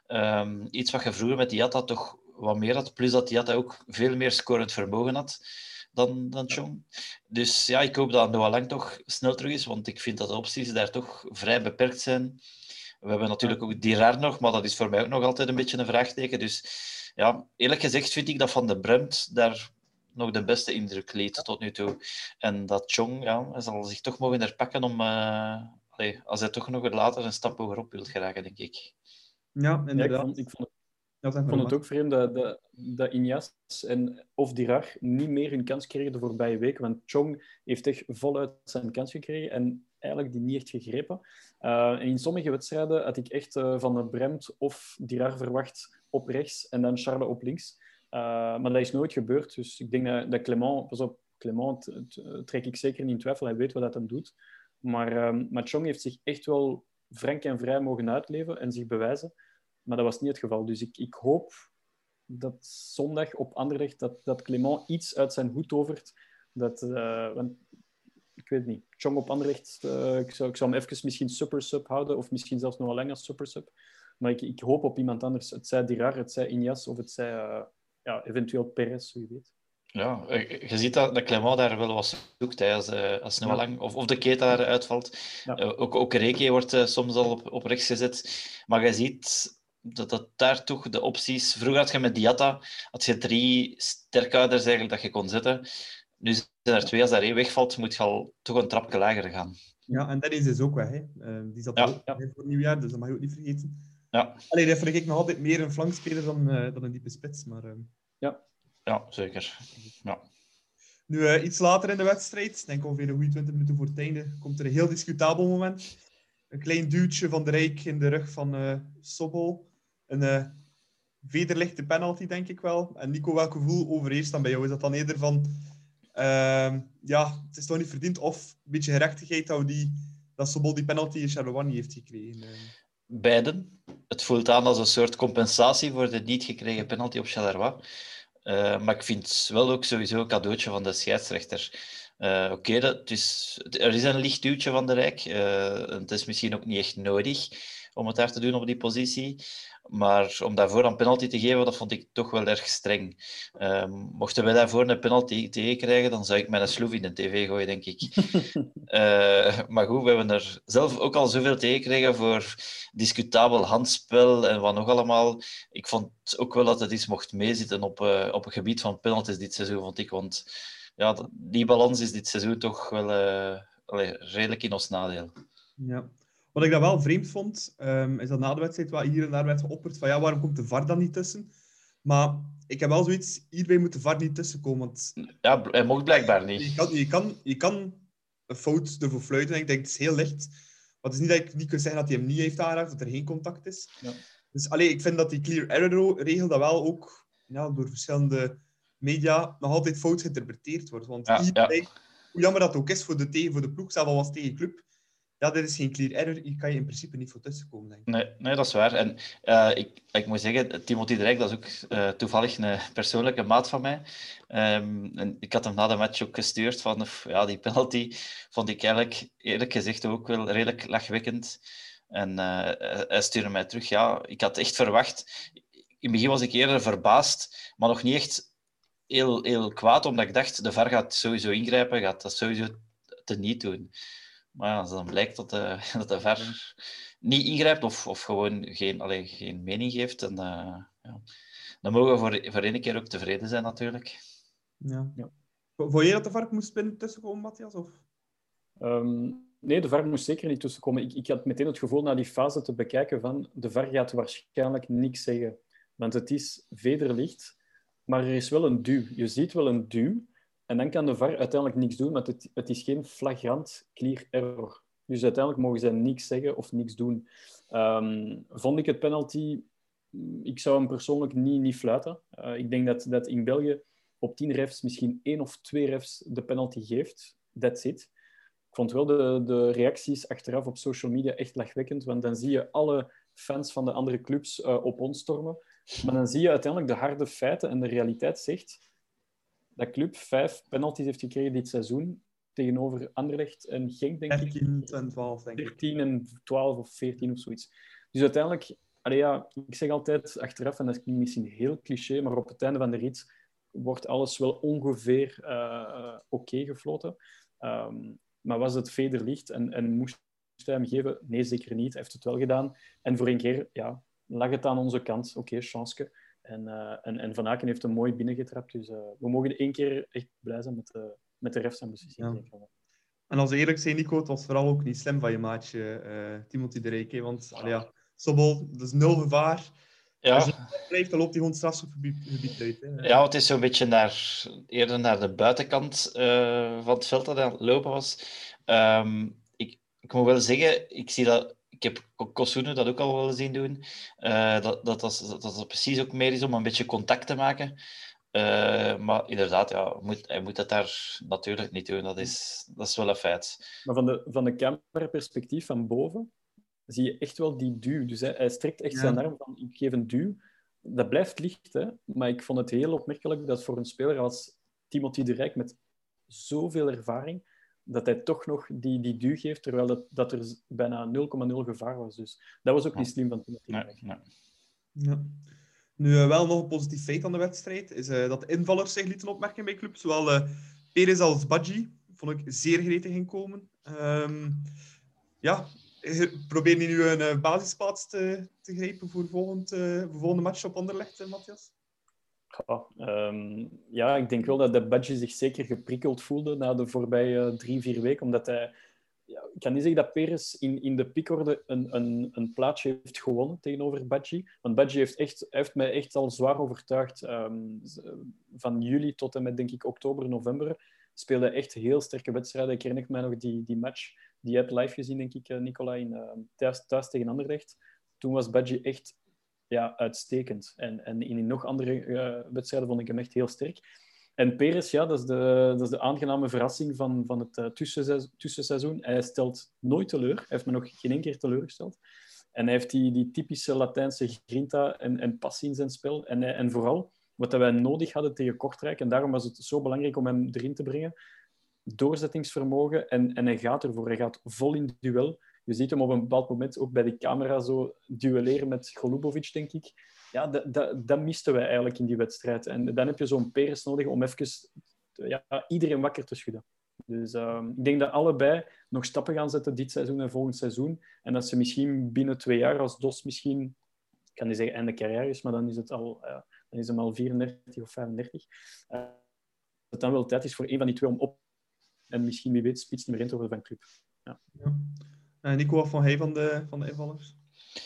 Um, iets wat je vroeger met Diatta toch wat meer had. Plus dat Diatta ook veel meer scorend vermogen had dan, dan Chong. Dus ja, ik hoop dat Noah Lang toch snel terug is, want ik vind dat de opties daar toch vrij beperkt zijn. We hebben natuurlijk ook Dirar nog, maar dat is voor mij ook nog altijd een beetje een vraagteken. Dus ja, eerlijk gezegd vind ik dat Van de Bremt daar nog de beste indruk liet tot nu toe. En dat Chong, ja, hij zal zich toch mogen herpakken om, uh, allee, als hij toch nog later een stap hogerop wil geraken, denk ik. Ja, inderdaad. Ja, ik vond, ik vond, dat ik vond het ook vreemd dat, dat, dat Inyas en of Dirar niet meer hun kans kregen de voorbije week, want Chong heeft echt voluit zijn kans gekregen en eigenlijk die niet echt gegrepen. Uh, en in sommige wedstrijden had ik echt uh, Van de Bremt of Dirar verwacht op rechts en dan Charles op links. Uh, maar dat is nooit gebeurd. Dus ik denk dat, dat Clement... Pas op, Clement t, t, trek ik zeker niet in twijfel. Hij weet wat dat hem doet. Maar, um, maar Chong heeft zich echt wel frank en vrij mogen uitleven en zich bewijzen. Maar dat was niet het geval. Dus ik, ik hoop dat zondag op Anderlecht dat, dat Clement iets uit zijn hoed tovert. Dat, uh, want, ik weet niet. Chong op Anderlecht, uh, ik, zou, ik zou hem even misschien super sub houden. Of misschien zelfs nog lang als super sub. Maar ik, ik hoop op iemand anders. Het zij Dirar, het zij Inyas of het zij... Uh, Ja, eventueel Perez, wie weet. Ja, je ziet dat, dat Clement daar wel wat zoekt, hè, als, als Noah Lang of, of de Keita daar uitvalt. Ja. Uh, ook, ook Reke wordt uh, soms al op, op rechts gezet. Maar je ziet dat, dat daar toch de opties... Vroeger had je met Diatta had je drie sterkhouders eigenlijk dat je kon zetten. Nu zijn er twee. Als daar één wegvalt, moet je al toch een trapje lager gaan. Ja, en Dennis is ook weg. Hè. Uh, die zat ja. ook ja. voor nieuwjaar, dus dat mag je ook niet vergeten. Ja. Allee, dat vind ik nog altijd meer een flankspeler dan, uh, dan een diepe spits. Maar, uh... ja. ja, zeker. Ja. Nu, uh, iets later in de wedstrijd, denk ongeveer een goede twintig minuten voor het einde, komt er een heel discutabel moment. Een klein duwtje van de Rijk in de rug van uh, Sobol. Een uh, vederlichte penalty, denk ik wel. En Nico, welk gevoel overheerst dan bij jou? Is dat dan eerder van... Uh, ja, het is toch niet verdiend? Of een beetje gerechtigheid dat we die dat Sobol die penalty in Charleroi niet heeft gekregen? Uh... Beiden. Het voelt aan als een soort compensatie voor de niet gekregen penalty op Charleroi. Uh, maar ik vind het wel ook sowieso een cadeautje van de scheidsrechter. Uh, Oké, okay, er is een licht duwtje van de Rijk. Uh, het is misschien ook niet echt nodig om het daar te doen op die positie. Maar om daarvoor een penalty te geven, dat vond ik toch wel erg streng. Uh, mochten wij daarvoor een penalty tegenkrijgen, dan zou ik met een sloef in de tv gooien, denk ik. uh, maar goed, we hebben er zelf ook al zoveel tegengekregen voor discutabel handspel en wat nog allemaal. Ik vond ook wel dat het iets mocht meezitten op, uh, op het gebied van penalties dit seizoen, vond ik. Want ja, die balans is dit seizoen toch wel uh, allee, redelijk in ons nadeel. Ja. Wat ik dat wel vreemd vond, um, is dat na de wedstrijd wat hier en daar werd geopperd van ja, waarom komt de V A R dan niet tussen? Maar ik heb wel zoiets, hierbij moet de V A R niet tussenkomen. Want ja, hij mocht blijkbaar niet. Je kan, je kan, je kan een fout ervoor fluiten. Ik denk, het is heel licht. Maar het is niet dat ik niet kan zeggen dat hij hem niet heeft aangeraakt, dat er geen contact is. Ja. Dus allee, ik vind dat die clear error-regel dat wel ook ja, door verschillende media nog altijd fout geïnterpreteerd wordt. Want ja, hierbij, ja. hoe jammer dat ook is voor de, tegen, voor de ploeg, zelfs al was tegen club, ja, dit is geen clear error. Hier kan je in principe niet voor tussenkomen, denk ik. Nee, nee, dat is waar. En uh, ik, ik moet zeggen, Timothy de Rijk, dat is ook uh, toevallig een persoonlijke maat van mij. Um, en ik had hem na de match ook gestuurd van, ja, die penalty vond ik eigenlijk, eerlijk gezegd, ook wel redelijk lachwekkend. En uh, hij stuurde mij terug. Ja, ik had echt verwacht... In het begin was ik eerder verbaasd, maar nog niet echt heel, heel kwaad, omdat ik dacht, de V A R gaat sowieso ingrijpen, gaat dat sowieso teniet doen. Maar ja, als dan blijkt dat de, dat de V A R niet ingrijpt of, of gewoon geen, allee, geen mening geeft, dan, uh, ja, dan mogen we voor, voor één keer ook tevreden zijn, natuurlijk. Ja. Ja. Vond je dat de V A R moest binnen tussenkomen, Matthias? Of? Um, nee, de V A R moest zeker niet tussenkomen. Ik, ik had meteen het gevoel na die fase te bekijken van de V A R gaat waarschijnlijk niks zeggen. Want het is vederlicht, maar er is wel een duw. Je ziet wel een duw. En dan kan de V A R uiteindelijk niks doen, want het, het is geen flagrant clear error. Dus uiteindelijk mogen zij niks zeggen of niks doen. Um, vond ik het penalty... Ik zou hem persoonlijk niet, niet fluiten. Uh, ik denk dat, dat in België op tien refs misschien één of twee refs de penalty geeft. That's it. Ik vond wel de, de reacties achteraf op social media echt lachwekkend, want dan zie je alle fans van de andere clubs uh, op ons stormen. Maar dan zie je uiteindelijk de harde feiten en de realiteit zegt dat club vijf penalties heeft gekregen dit seizoen tegenover Anderlecht en Genk, denk ik. dertien en twaalf, denk ik. dertien en twaalf of veertien of zoiets. Dus uiteindelijk, allee, ja, ik zeg altijd achteraf, en dat is misschien heel cliché, maar op het einde van de rit wordt alles wel ongeveer uh, oké okay gefloten. Um, maar was het vederlicht en, en moest hij hem geven? Nee, zeker niet. Hij heeft het wel gedaan. En voor een keer ja, lag het aan onze kant. Oké, okay, chanske. En, uh, en, en Van Aken heeft hem mooi binnengetrapt. Dus uh, we mogen één keer echt blij zijn met de, met de refs en beslissing. Ja. En als we eerlijk zijn, Nico, het was vooral ook niet slim van je maatje, uh, Timothy de Rijk. Want ja. Ja, Sobol, dat is nul gevaar. Ja. Als je blijft, dan loopt hij gewoon strafschopgebied uit. Hè. Ja, het is zo'n beetje naar, eerder naar de buitenkant uh, van het veld dat hij aan het lopen was. Um, ik, ik moet wel zeggen, ik zie dat... Ik heb Kosunu dat ook al wel zien doen. Uh, dat, dat, dat, dat dat precies ook meer is om een beetje contact te maken. Uh, maar inderdaad, ja, moet, hij moet dat daar natuurlijk niet doen. Dat is, dat is wel een feit. Maar van de, van de cameraperspectief van boven zie je echt wel die duw. Dus hij, hij strekt echt ja. zijn arm van ik geef een duw. Dat blijft licht, hè? Maar ik vond het heel opmerkelijk dat voor een speler als Timothy de Rijk met zoveel ervaring, dat hij toch nog die, die duw geeft, terwijl dat, dat er bijna nul komma nul gevaar was. Dus dat was ook niet slim van Timothy de Rijk. Nee, nee. Ja. Nu, uh, wel nog een positief feit aan de wedstrijd, is uh, dat de invallers zich lieten opmerken bij clubs. Zowel uh, Perez als Badji vond ik zeer gretig inkomen. Um, ja, probeer je nu een uh, basisplaats te, te grijpen voor, volgend, uh, voor volgende match op Anderlecht, uh, Matthias? Ja, um, ja, ik denk wel dat de Badji zich zeker geprikkeld voelde na de voorbije uh, drie, vier weken, omdat hij... Ja, ik kan niet zeggen dat Perez in, in de piekorde een, een, een plaatsje heeft gewonnen tegenover Badji. Want Badji heeft, echt, heeft mij echt al zwaar overtuigd. Um, van juli tot en met, denk ik, oktober, november speelde hij echt heel sterke wedstrijden. Ik herinner mij nog die, die match, die je hebt live gezien, denk ik, Nicola, in, uh, thuis, thuis tegen Anderlecht. Toen was Badji echt ja, uitstekend. En, en in nog andere uh, wedstrijden vond ik hem echt heel sterk. En Perez, ja, dat is de, dat is de aangename verrassing van, van het uh, tussenseizoen, tussenseizoen. Hij stelt nooit teleur. Hij heeft me nog geen één keer teleurgesteld. En hij heeft die, die typische Latijnse grinta en, en passie in zijn spel. En, en vooral, wat wij nodig hadden tegen Kortrijk, en daarom was het zo belangrijk om hem erin te brengen, doorzettingsvermogen. En, en hij gaat ervoor. Hij gaat vol in duel. Je ziet hem op een bepaald moment ook bij de camera zo duelleren met Golubovic, denk ik. Ja, dat, dat, dat misten wij eigenlijk in die wedstrijd. En dan heb je zo'n Perez nodig om even ja, iedereen wakker te schudden. Dus uh, ik denk dat allebei nog stappen gaan zetten dit seizoen en volgend seizoen. En dat ze misschien binnen twee jaar, als Dos misschien, ik kan niet zeggen einde carrière is, maar dan is het al, uh, dan is hem al vierendertig of vijfendertig. Uh, dat het dan wel tijd is voor een van die twee om op en misschien, wie weet, spits nummer één te worden van club. Ja. Ja. Uh, Nico, wat vond hij van de, van de invallers?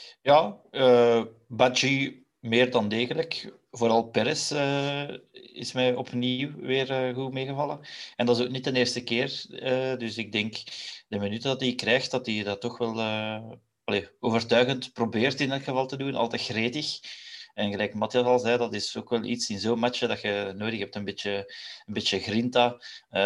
Ja, uh, Badji meer dan degelijk. Vooral Perez uh, is mij opnieuw weer uh, goed meegevallen. En dat is ook niet de eerste keer. Uh, dus ik denk, de minuten dat hij krijgt, dat hij dat toch wel uh, allez, overtuigend probeert in elk geval te doen. Altijd gretig. En gelijk Matthias al zei, dat is ook wel iets in zo'n match dat je nodig hebt. Een beetje, een beetje grinta.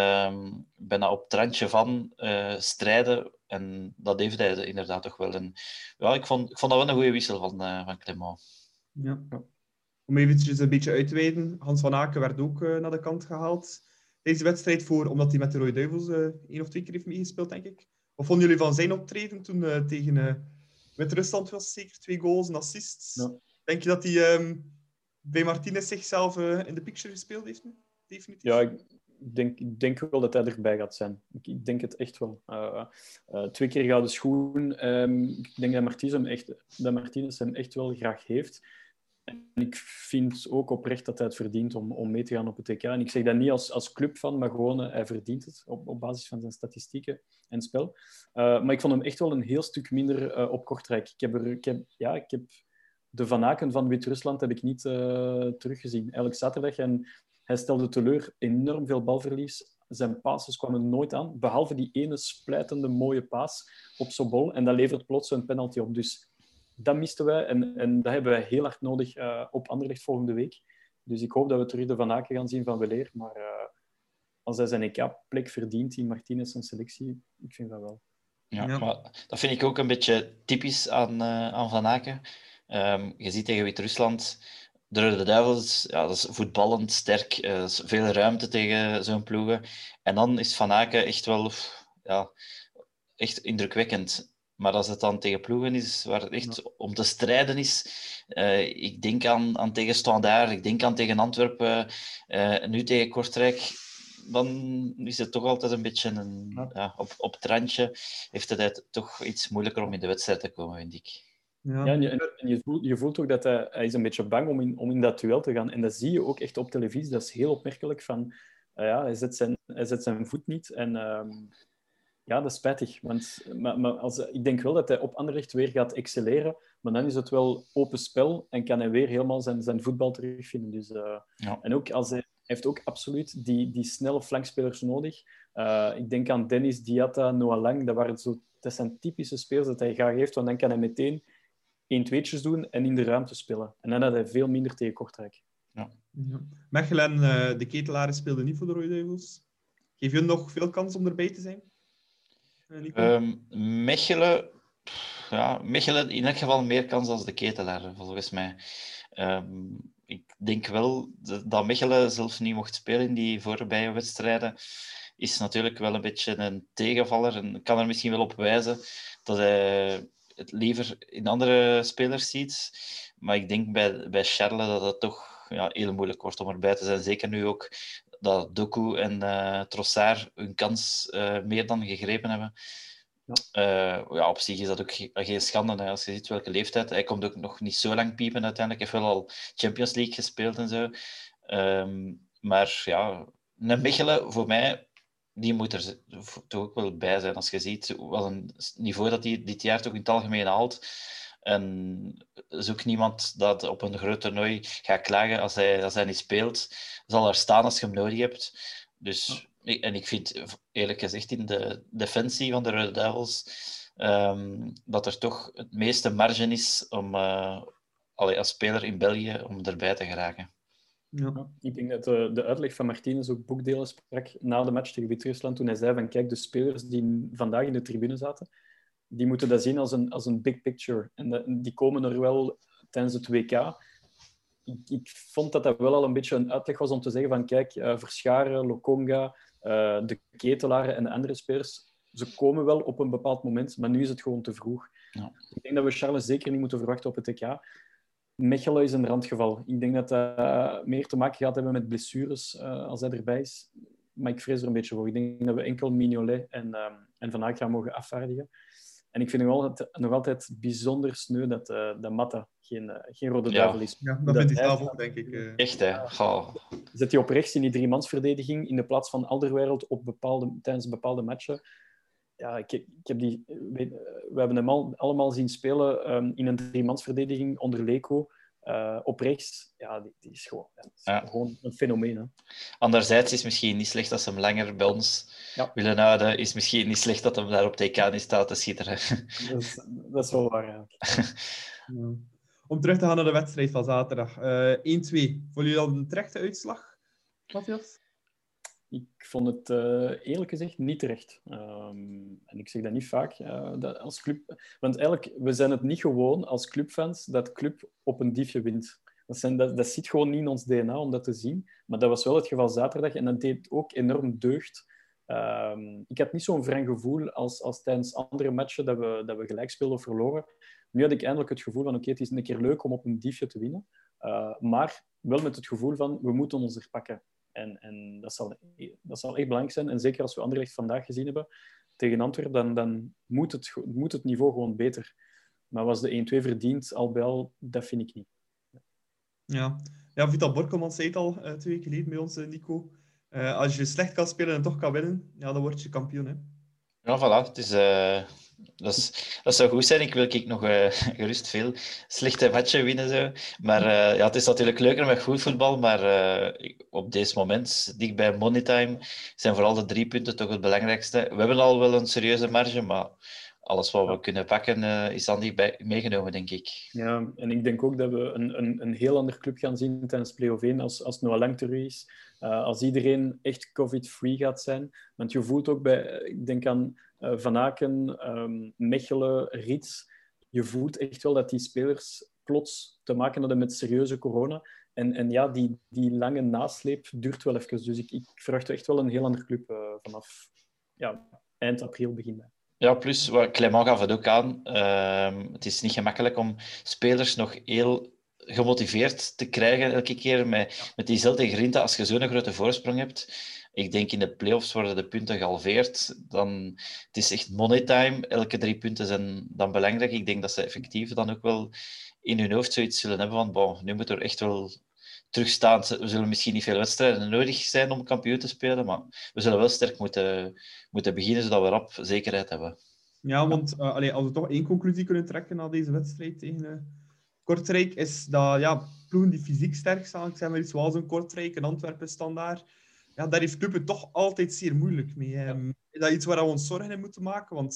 Um, bijna op het randje van uh, strijden. En dat heeft hij inderdaad toch wel. En, ja, ik, vond, ik vond dat wel een goede wissel van, uh, van Clément. Ja. Om eventjes een beetje uit te wijden. Hans van Aken werd ook uh, naar de kant gehaald. Deze wedstrijd voor, omdat hij met de Rode Duivels uh, één of twee keer heeft meegespeeld, denk ik. Wat vonden jullie van zijn optreden toen uh, tegen uh, Wit-Rusland was? Zeker twee goals en assists. Ja. Denk je dat hij um, bij Martinez zichzelf uh, in de picture gespeeld heeft nu? Definitief. Ja, ik denk, ik denk wel dat hij erbij gaat zijn. Ik, ik denk het echt wel. Uh, uh, twee keer gouden schoen. Um, ik denk dat Martinez hem echt, dat Martinez hem echt wel graag heeft. En ik vind ook oprecht dat hij het verdient om, om mee te gaan op het T K. En ik zeg dat niet als, als club van, maar gewoon uh, hij verdient het op, op basis van zijn statistieken en spel. Uh, maar ik vond hem echt wel een heel stuk minder uh, op Kortrijk. Ik heb, er, ik heb, ja, ik heb de Van Aken van Wit-Rusland heb ik niet uh, teruggezien. Eigenlijk zaterdag. En hij stelde teleur, enorm veel balverlies. Zijn passes kwamen nooit aan, behalve die ene splijtende mooie paas op Sobol. En dat levert plots een penalty op. Dus dat misten wij en, en dat hebben wij heel hard nodig uh, op Anderlecht volgende week. Dus ik hoop dat we terug de Van Aken gaan zien van weleer. Maar uh, als hij zijn E K-plek verdient in Martinez en selectie, ik vind dat wel. Ja, ja. Maar dat vind ik ook een beetje typisch aan, uh, aan Van Aken. Um, je ziet tegen Wit-Rusland, de Rode Duivels, ja, dat is voetballend sterk, uh, dat is veel ruimte tegen zo'n ploegen. En dan is Van Aken echt wel ja, echt indrukwekkend. Maar als het dan tegen ploegen is waar het echt ja. om te strijden is, uh, ik denk aan, aan tegen Standaard, ik denk aan tegen Antwerpen, uh, nu tegen Kortrijk, dan is het toch altijd een beetje een, ja. Ja, op, op het randje. Heeft het toch iets moeilijker om in de wedstrijd te komen, vind ik. Ja, ja en, je, en je, voelt, je voelt ook dat hij, hij is een beetje bang om in, om in dat duel te gaan. En dat zie je ook echt op televisie. Dat is heel opmerkelijk. Van, uh, ja, hij, zet zijn, hij zet zijn voet niet. En um, ja, dat is spijtig. Want, maar, maar als, ik denk wel dat hij op Anderlecht weer gaat excelleren. Maar dan is het wel open spel en kan hij weer helemaal zijn, zijn voetbal terugvinden. Dus, uh, ja. En ook als hij, hij heeft ook absoluut die, die snelle flankspelers nodig. Uh, ik denk aan Dennis, Diatta, Noah Lang. Dat, waren zo, dat zijn typische spelers dat hij graag heeft. Want dan kan hij meteen één-tweetjes doen en in de ruimte spelen. En dan had hij veel minder tegen Kortrijk. Ja. Ja. Mechelen en uh, de Ketelaren speelden niet voor de Rode Duivels. Geef je nog veel kans om erbij te zijn? Uh, um, Mechelen... Ja, Mechelen in elk geval meer kans dan de Ketelaren, volgens mij. Um, ik denk wel dat Mechelen zelfs niet mocht spelen in die voorbije wedstrijden. Is natuurlijk wel een beetje een tegenvaller. En ik kan er misschien wel op wijzen dat hij het liever in andere spelers ziet. Maar ik denk bij, bij Charles dat het toch ja, heel moeilijk wordt om erbij te zijn. Zeker nu ook dat Doku en uh, Trossard hun kans uh, meer dan gegrepen hebben. Ja. Uh, ja, op zich is dat ook ge- geen schande. Hè. Als je ziet welke leeftijd. Hij komt ook nog niet zo lang piepen uiteindelijk. Hij heeft wel al Champions League gespeeld en zo. Um, maar ja, een Mechelen voor mij... Die moet er toch ook wel bij zijn. Als je ziet wat een niveau dat hij dit jaar toch in het algemeen haalt. En zoek niemand dat op een groot toernooi gaat klagen als hij, als hij niet speelt. Zal er staan als je hem nodig hebt. Dus, en ik vind eerlijk gezegd in de defensie van de Rode Duivels um, dat er toch het meeste marge is om uh, allee, als speler in België om erbij te geraken. Ja. Ja, ik denk dat de, de uitleg van Martinez ook boekdelen sprak na de match tegen Wit-Rusland, toen hij zei van kijk, de spelers die vandaag in de tribune zaten, die moeten dat zien als een, als een big picture. En dat, die komen er wel tijdens het W K. Ik, ik vond dat dat wel al een beetje een uitleg was om te zeggen van kijk, uh, Verscharen, Lokonga, uh, de Ketelaren en de andere spelers, ze komen wel op een bepaald moment, maar nu is het gewoon te vroeg. Ja. Ik denk dat we Charles zeker niet moeten verwachten op het W K. Mechelen is een randgeval. Ik denk dat dat uh, meer te maken gaat hebben met blessures uh, als hij erbij is. Maar ik vrees er een beetje voor. Ik denk dat we enkel Mignolet en, uh, en Van Aert gaan mogen afvaardigen. En ik vind het nog altijd, nog altijd bijzonder sneu dat, uh, dat Mata geen, uh, geen rode Ja. duivel is. Ja, dat Dat vindt hij hij- zelf ook, denk ik. Uh. Echt, hè. Goh. Zet hij op rechts in die driemansverdediging in de plaats van Alderweireld op bepaalde, tijdens bepaalde matchen. Ja, ik, ik heb die, weet, we hebben hem al, allemaal zien spelen um, in een driemansverdediging onder Leko. Uh, op rechts, ja, die, die is, gewoon, ja, dat is Ja. gewoon een fenomeen. Hè. Anderzijds is het misschien niet slecht dat ze hem langer bij ons Ja. willen houden. Is misschien niet slecht dat hem daar op T K niet staat te schitteren. Dat is, dat is wel waar. Ja. Ja. Om terug te gaan naar de wedstrijd van zaterdag. Uh, één-twee. Vonden jullie dat een terechte uitslag, Matthias? Ik vond het uh, eerlijk gezegd niet terecht. Um, en ik zeg dat niet vaak. Uh, dat als club... Want eigenlijk, we zijn het niet gewoon als clubfans dat club op een diefje wint. Dat, zijn, dat, dat zit gewoon niet in ons D N A om dat te zien. Maar dat was wel het geval zaterdag en dat deed ook enorm deugd. Um, ik had niet zo'n wrang gevoel als, als tijdens andere matchen dat we, dat we gelijk speelden of verloren. Nu had ik eindelijk het gevoel van oké, okay, het is een keer leuk om op een diefje te winnen. Uh, maar wel met het gevoel van we moeten ons er pakken. En, en dat, zal, dat zal echt belangrijk zijn. En zeker als we Anderlecht vandaag gezien hebben tegen Antwerpen, dan, dan moet, het, moet het niveau gewoon beter. Maar was de één-twee verdiend, al bij al, dat vind ik niet. Ja, ja Vital Borkelman zei het al uh, twee weken geleden bij ons, uh, Nico. Uh, als je slecht kan spelen en toch kan winnen, ja, dan word je kampioen. Hè? Ja, voilà. Het is, uh, dat, is, dat zou goed zijn. Ik wil ik nog uh, gerust veel slechte matchen winnen. Zo. Maar uh, ja, het is natuurlijk leuker met goed voetbal. Maar uh, op deze moment, dicht bij moneytime, zijn vooral de drie punten toch het belangrijkste. We hebben al wel een serieuze marge, maar alles wat we kunnen pakken uh, is dan niet bij, meegenomen, denk ik. Ja, en ik denk ook dat we een, een, een heel ander club gaan zien tijdens play-off één als, als Noah Lang terug is. Uh, als iedereen echt covid-free gaat zijn. Want je voelt ook bij, ik denk aan uh, Van Aken, um, Mechelen, Rits. Je voelt echt wel dat die spelers plots te maken hadden met serieuze corona. En, en ja, die, die lange nasleep duurt wel even. Dus ik, ik verwacht echt wel een heel ander club uh, vanaf ja, eind april, begin mei. Ja, plus, wat Clément gaf het ook aan. Uh, het is niet gemakkelijk om spelers nog heel gemotiveerd te krijgen elke keer met, met diezelfde grinta als je zo'n grote voorsprong hebt. Ik denk in de play-offs worden de punten gehalveerd. Dan, het is echt money time. Elke drie punten zijn dan belangrijk. Ik denk dat ze effectief dan ook wel in hun hoofd zoiets zullen hebben van bon, nu moet er echt wel terugstaan. We zullen misschien niet veel wedstrijden nodig zijn om kampioen te spelen, maar we zullen wel sterk moeten, moeten beginnen, zodat we rap zekerheid hebben. Ja, want uh, allee, als we toch één conclusie kunnen trekken na deze wedstrijd tegen uh, Kortrijk, is dat ja, ploegen die fysiek sterk staan, ik zeg maar iets zoals een Kortrijk, een Antwerpen standaard, ja, daar heeft club het toch altijd zeer moeilijk mee. Ja. Um, is dat iets waar we ons zorgen in moeten maken? Want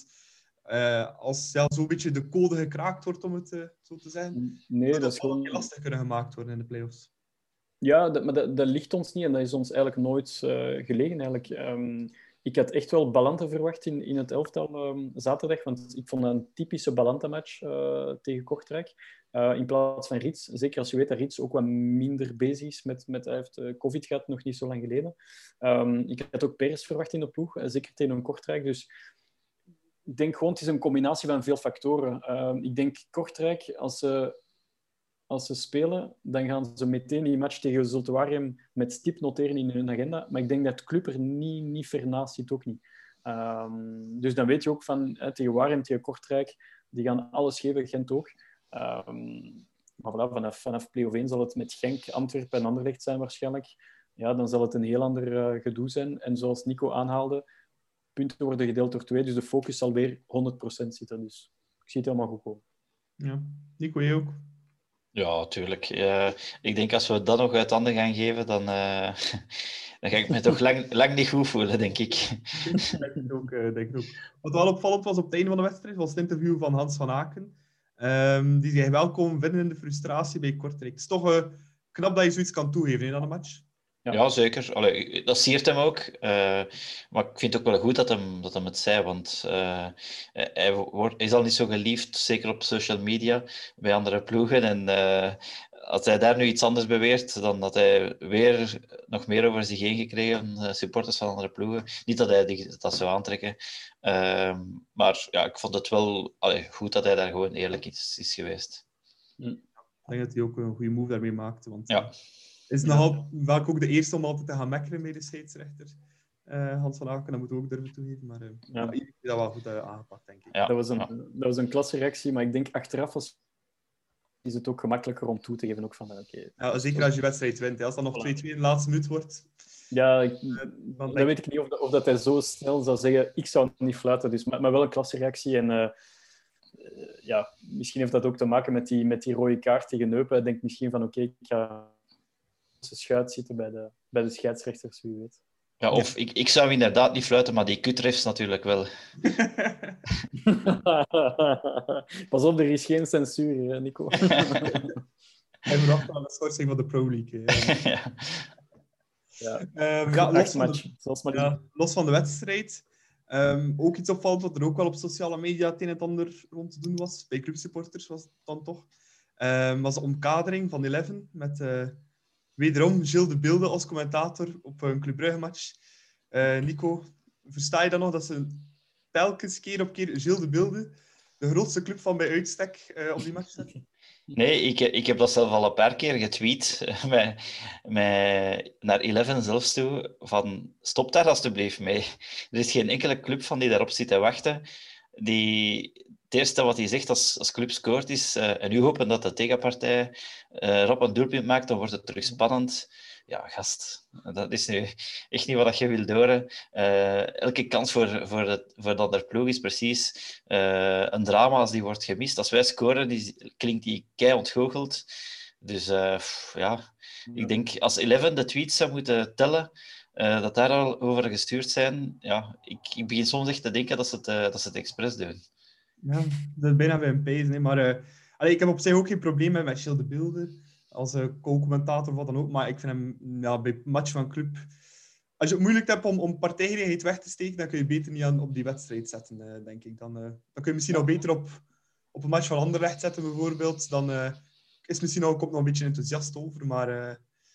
uh, als ja, zo'n beetje de code gekraakt wordt, om het uh, zo te zeggen, nee, dat, dat is wel gewoon lastig kunnen gemaakt worden in de play-offs. Ja, dat, maar dat, dat ligt ons niet en dat is ons eigenlijk nooit uh, gelegen. Eigenlijk. Um, ik had echt wel Balante verwacht in, in het elftal um, zaterdag, want ik vond dat een typische Balante-match uh, tegen Kortrijk. Uh, in plaats van Rits. Zeker als je weet dat Rits ook wat minder bezig is met... met hij heeft uh, covid gehad, nog niet zo lang geleden. Um, ik had ook Peres verwacht in de ploeg, uh, zeker tegen een Kortrijk. Dus ik denk gewoon, het is een combinatie van veel factoren. Uh, ik denk Kortrijk, als ze... Als ze spelen, dan gaan ze meteen die match tegen Zulte Waregem met stip noteren in hun agenda. Maar ik denk dat de club er niet, niet ver naast zit, ook niet. Um, dus dan weet je ook van, hè, tegen Waregem, tegen Kortrijk, die gaan alles geven, Gent ook. Um, maar voilà, vanaf, vanaf play-off één zal het met Genk, Antwerpen en Anderlecht zijn waarschijnlijk. Ja, dan zal het een heel ander uh, gedoe zijn. En zoals Nico aanhaalde, punten worden gedeeld door twee, dus de focus zal weer honderd procent zitten. Dus ik zie het helemaal goed komen. Ja, Nico, jij ook? Ja, tuurlijk. Uh, ik denk als we dat nog uit handen gaan geven, dan, uh, dan ga ik me toch lang, lang niet goed voelen, denk ik. denk ik ook, uh, denk ik ook. Wat wel opvallend was op het einde van de wedstrijd, was het interview van Hans van Aken. Um, die zei welkom vinden in de frustratie bij Kortrijk. Het is toch, uh, knap dat je zoiets kan toegeven in aan een match. Ja, ja zeker. Allee, dat siert hem ook. Uh, maar ik vind het ook wel goed dat hem, dat hem het zei, want uh, hij, wordt, hij is al niet zo geliefd, zeker op social media, bij andere ploegen. En uh, als hij daar nu iets anders beweert, dan dat hij weer nog meer over zich heen gekregen, uh, supporters van andere ploegen. Niet dat hij die, dat zou aantrekken. Uh, maar ja, ik vond het wel allee, goed dat hij daar gewoon eerlijk is, is geweest. Ik denk dat hij ook een goede move daarmee maakte. Want, ja. Is nogal vaak ook de eerste om altijd te gaan mekkeren bij de scheidsrechter. Uh, Hans van Aken, dat moet ook durven toegeven. Maar uh, ja. Ja, ik heb dat wel goed uh, aangepakt, denk ik. Ja, dat was een, ja. dat was een klasse reactie, maar ik denk achteraf was, is het ook gemakkelijker om toe te geven. Ook van, okay, ja, zeker als je wedstrijd wint. Hè. Als dat nog twee twee in de laatste minuut wordt. Ja, ik, uh, dan denk... weet ik niet of, dat, of dat hij zo snel zou zeggen, ik zou niet fluiten. Dus, maar, maar wel een klasse reactie. En uh, uh, ja, misschien heeft dat ook te maken met die, met die rode kaart tegen Eupen. Hij denkt misschien van, oké, okay, ik ga... schuit zitten bij de, bij de scheidsrechters, wie weet. Ja, of ja. Ik, ik zou inderdaad niet fluiten, maar die kutrefs natuurlijk wel. Pas op, er is geen censuur, hè, Nico. Hij moet afgaan aan de schorsing van de Pro League. ja. Ja. Um, ja, los, van de, Zoals maar ja, los van de wedstrijd. Um, ook iets opvallend wat er ook wel op sociale media het een en het ander rond te doen was. Bij clubsupporters was het dan toch. Um, was de omkadering van Eleven met... Uh, Wederom Gilles de Bilde als commentator op een Club Brugge match. Uh, Nico, versta je dan nog dat ze telkens keer op keer Gilles de Bilde, de grootste club van bij uitstek, uh, op die match zetten? Nee, ik, ik heb dat zelf al een paar keer getweet met, met, naar Eleven zelfs toe, van stop daar alsjeblieft mee. Er is geen enkele club van die daarop zit te wachten. Die... Het eerste wat hij zegt als, als club scoort is, uh, en nu hopen dat de tegenpartij uh, rap een doelpunt maakt, dan wordt het terug spannend. Ja, gast, dat is nu echt niet wat je wilt horen. Uh, elke kans voor, voor, het, voor de andere ploeg is precies uh, een drama als die wordt gemist. Als wij scoren, die, klinkt die kei ontgoocheld. Dus uh, pff, ja, ja, ik denk als Eleven de tweets zou moeten tellen, uh, dat daar al over gestuurd zijn, ja, ik, ik begin soms echt te denken dat ze het, uh, dat ze het expres doen. Ja, dat is bijna bij een pees. Nee. Maar uh, allee, ik heb op zich ook geen probleem met, met Gilles de Bilde als uh, co-commentator of wat dan ook. Maar ik vind hem ja, bij match van club... Als je het moeilijk hebt om, om partijgerigheid weg te steken, dan kun je beter niet aan op die wedstrijd zetten, uh, denk ik. Dan, uh, dan kun je misschien nog beter op, op een match van Anderlecht zetten, bijvoorbeeld. Dan uh, is misschien ook, ook nog een beetje enthousiast over. Maar uh,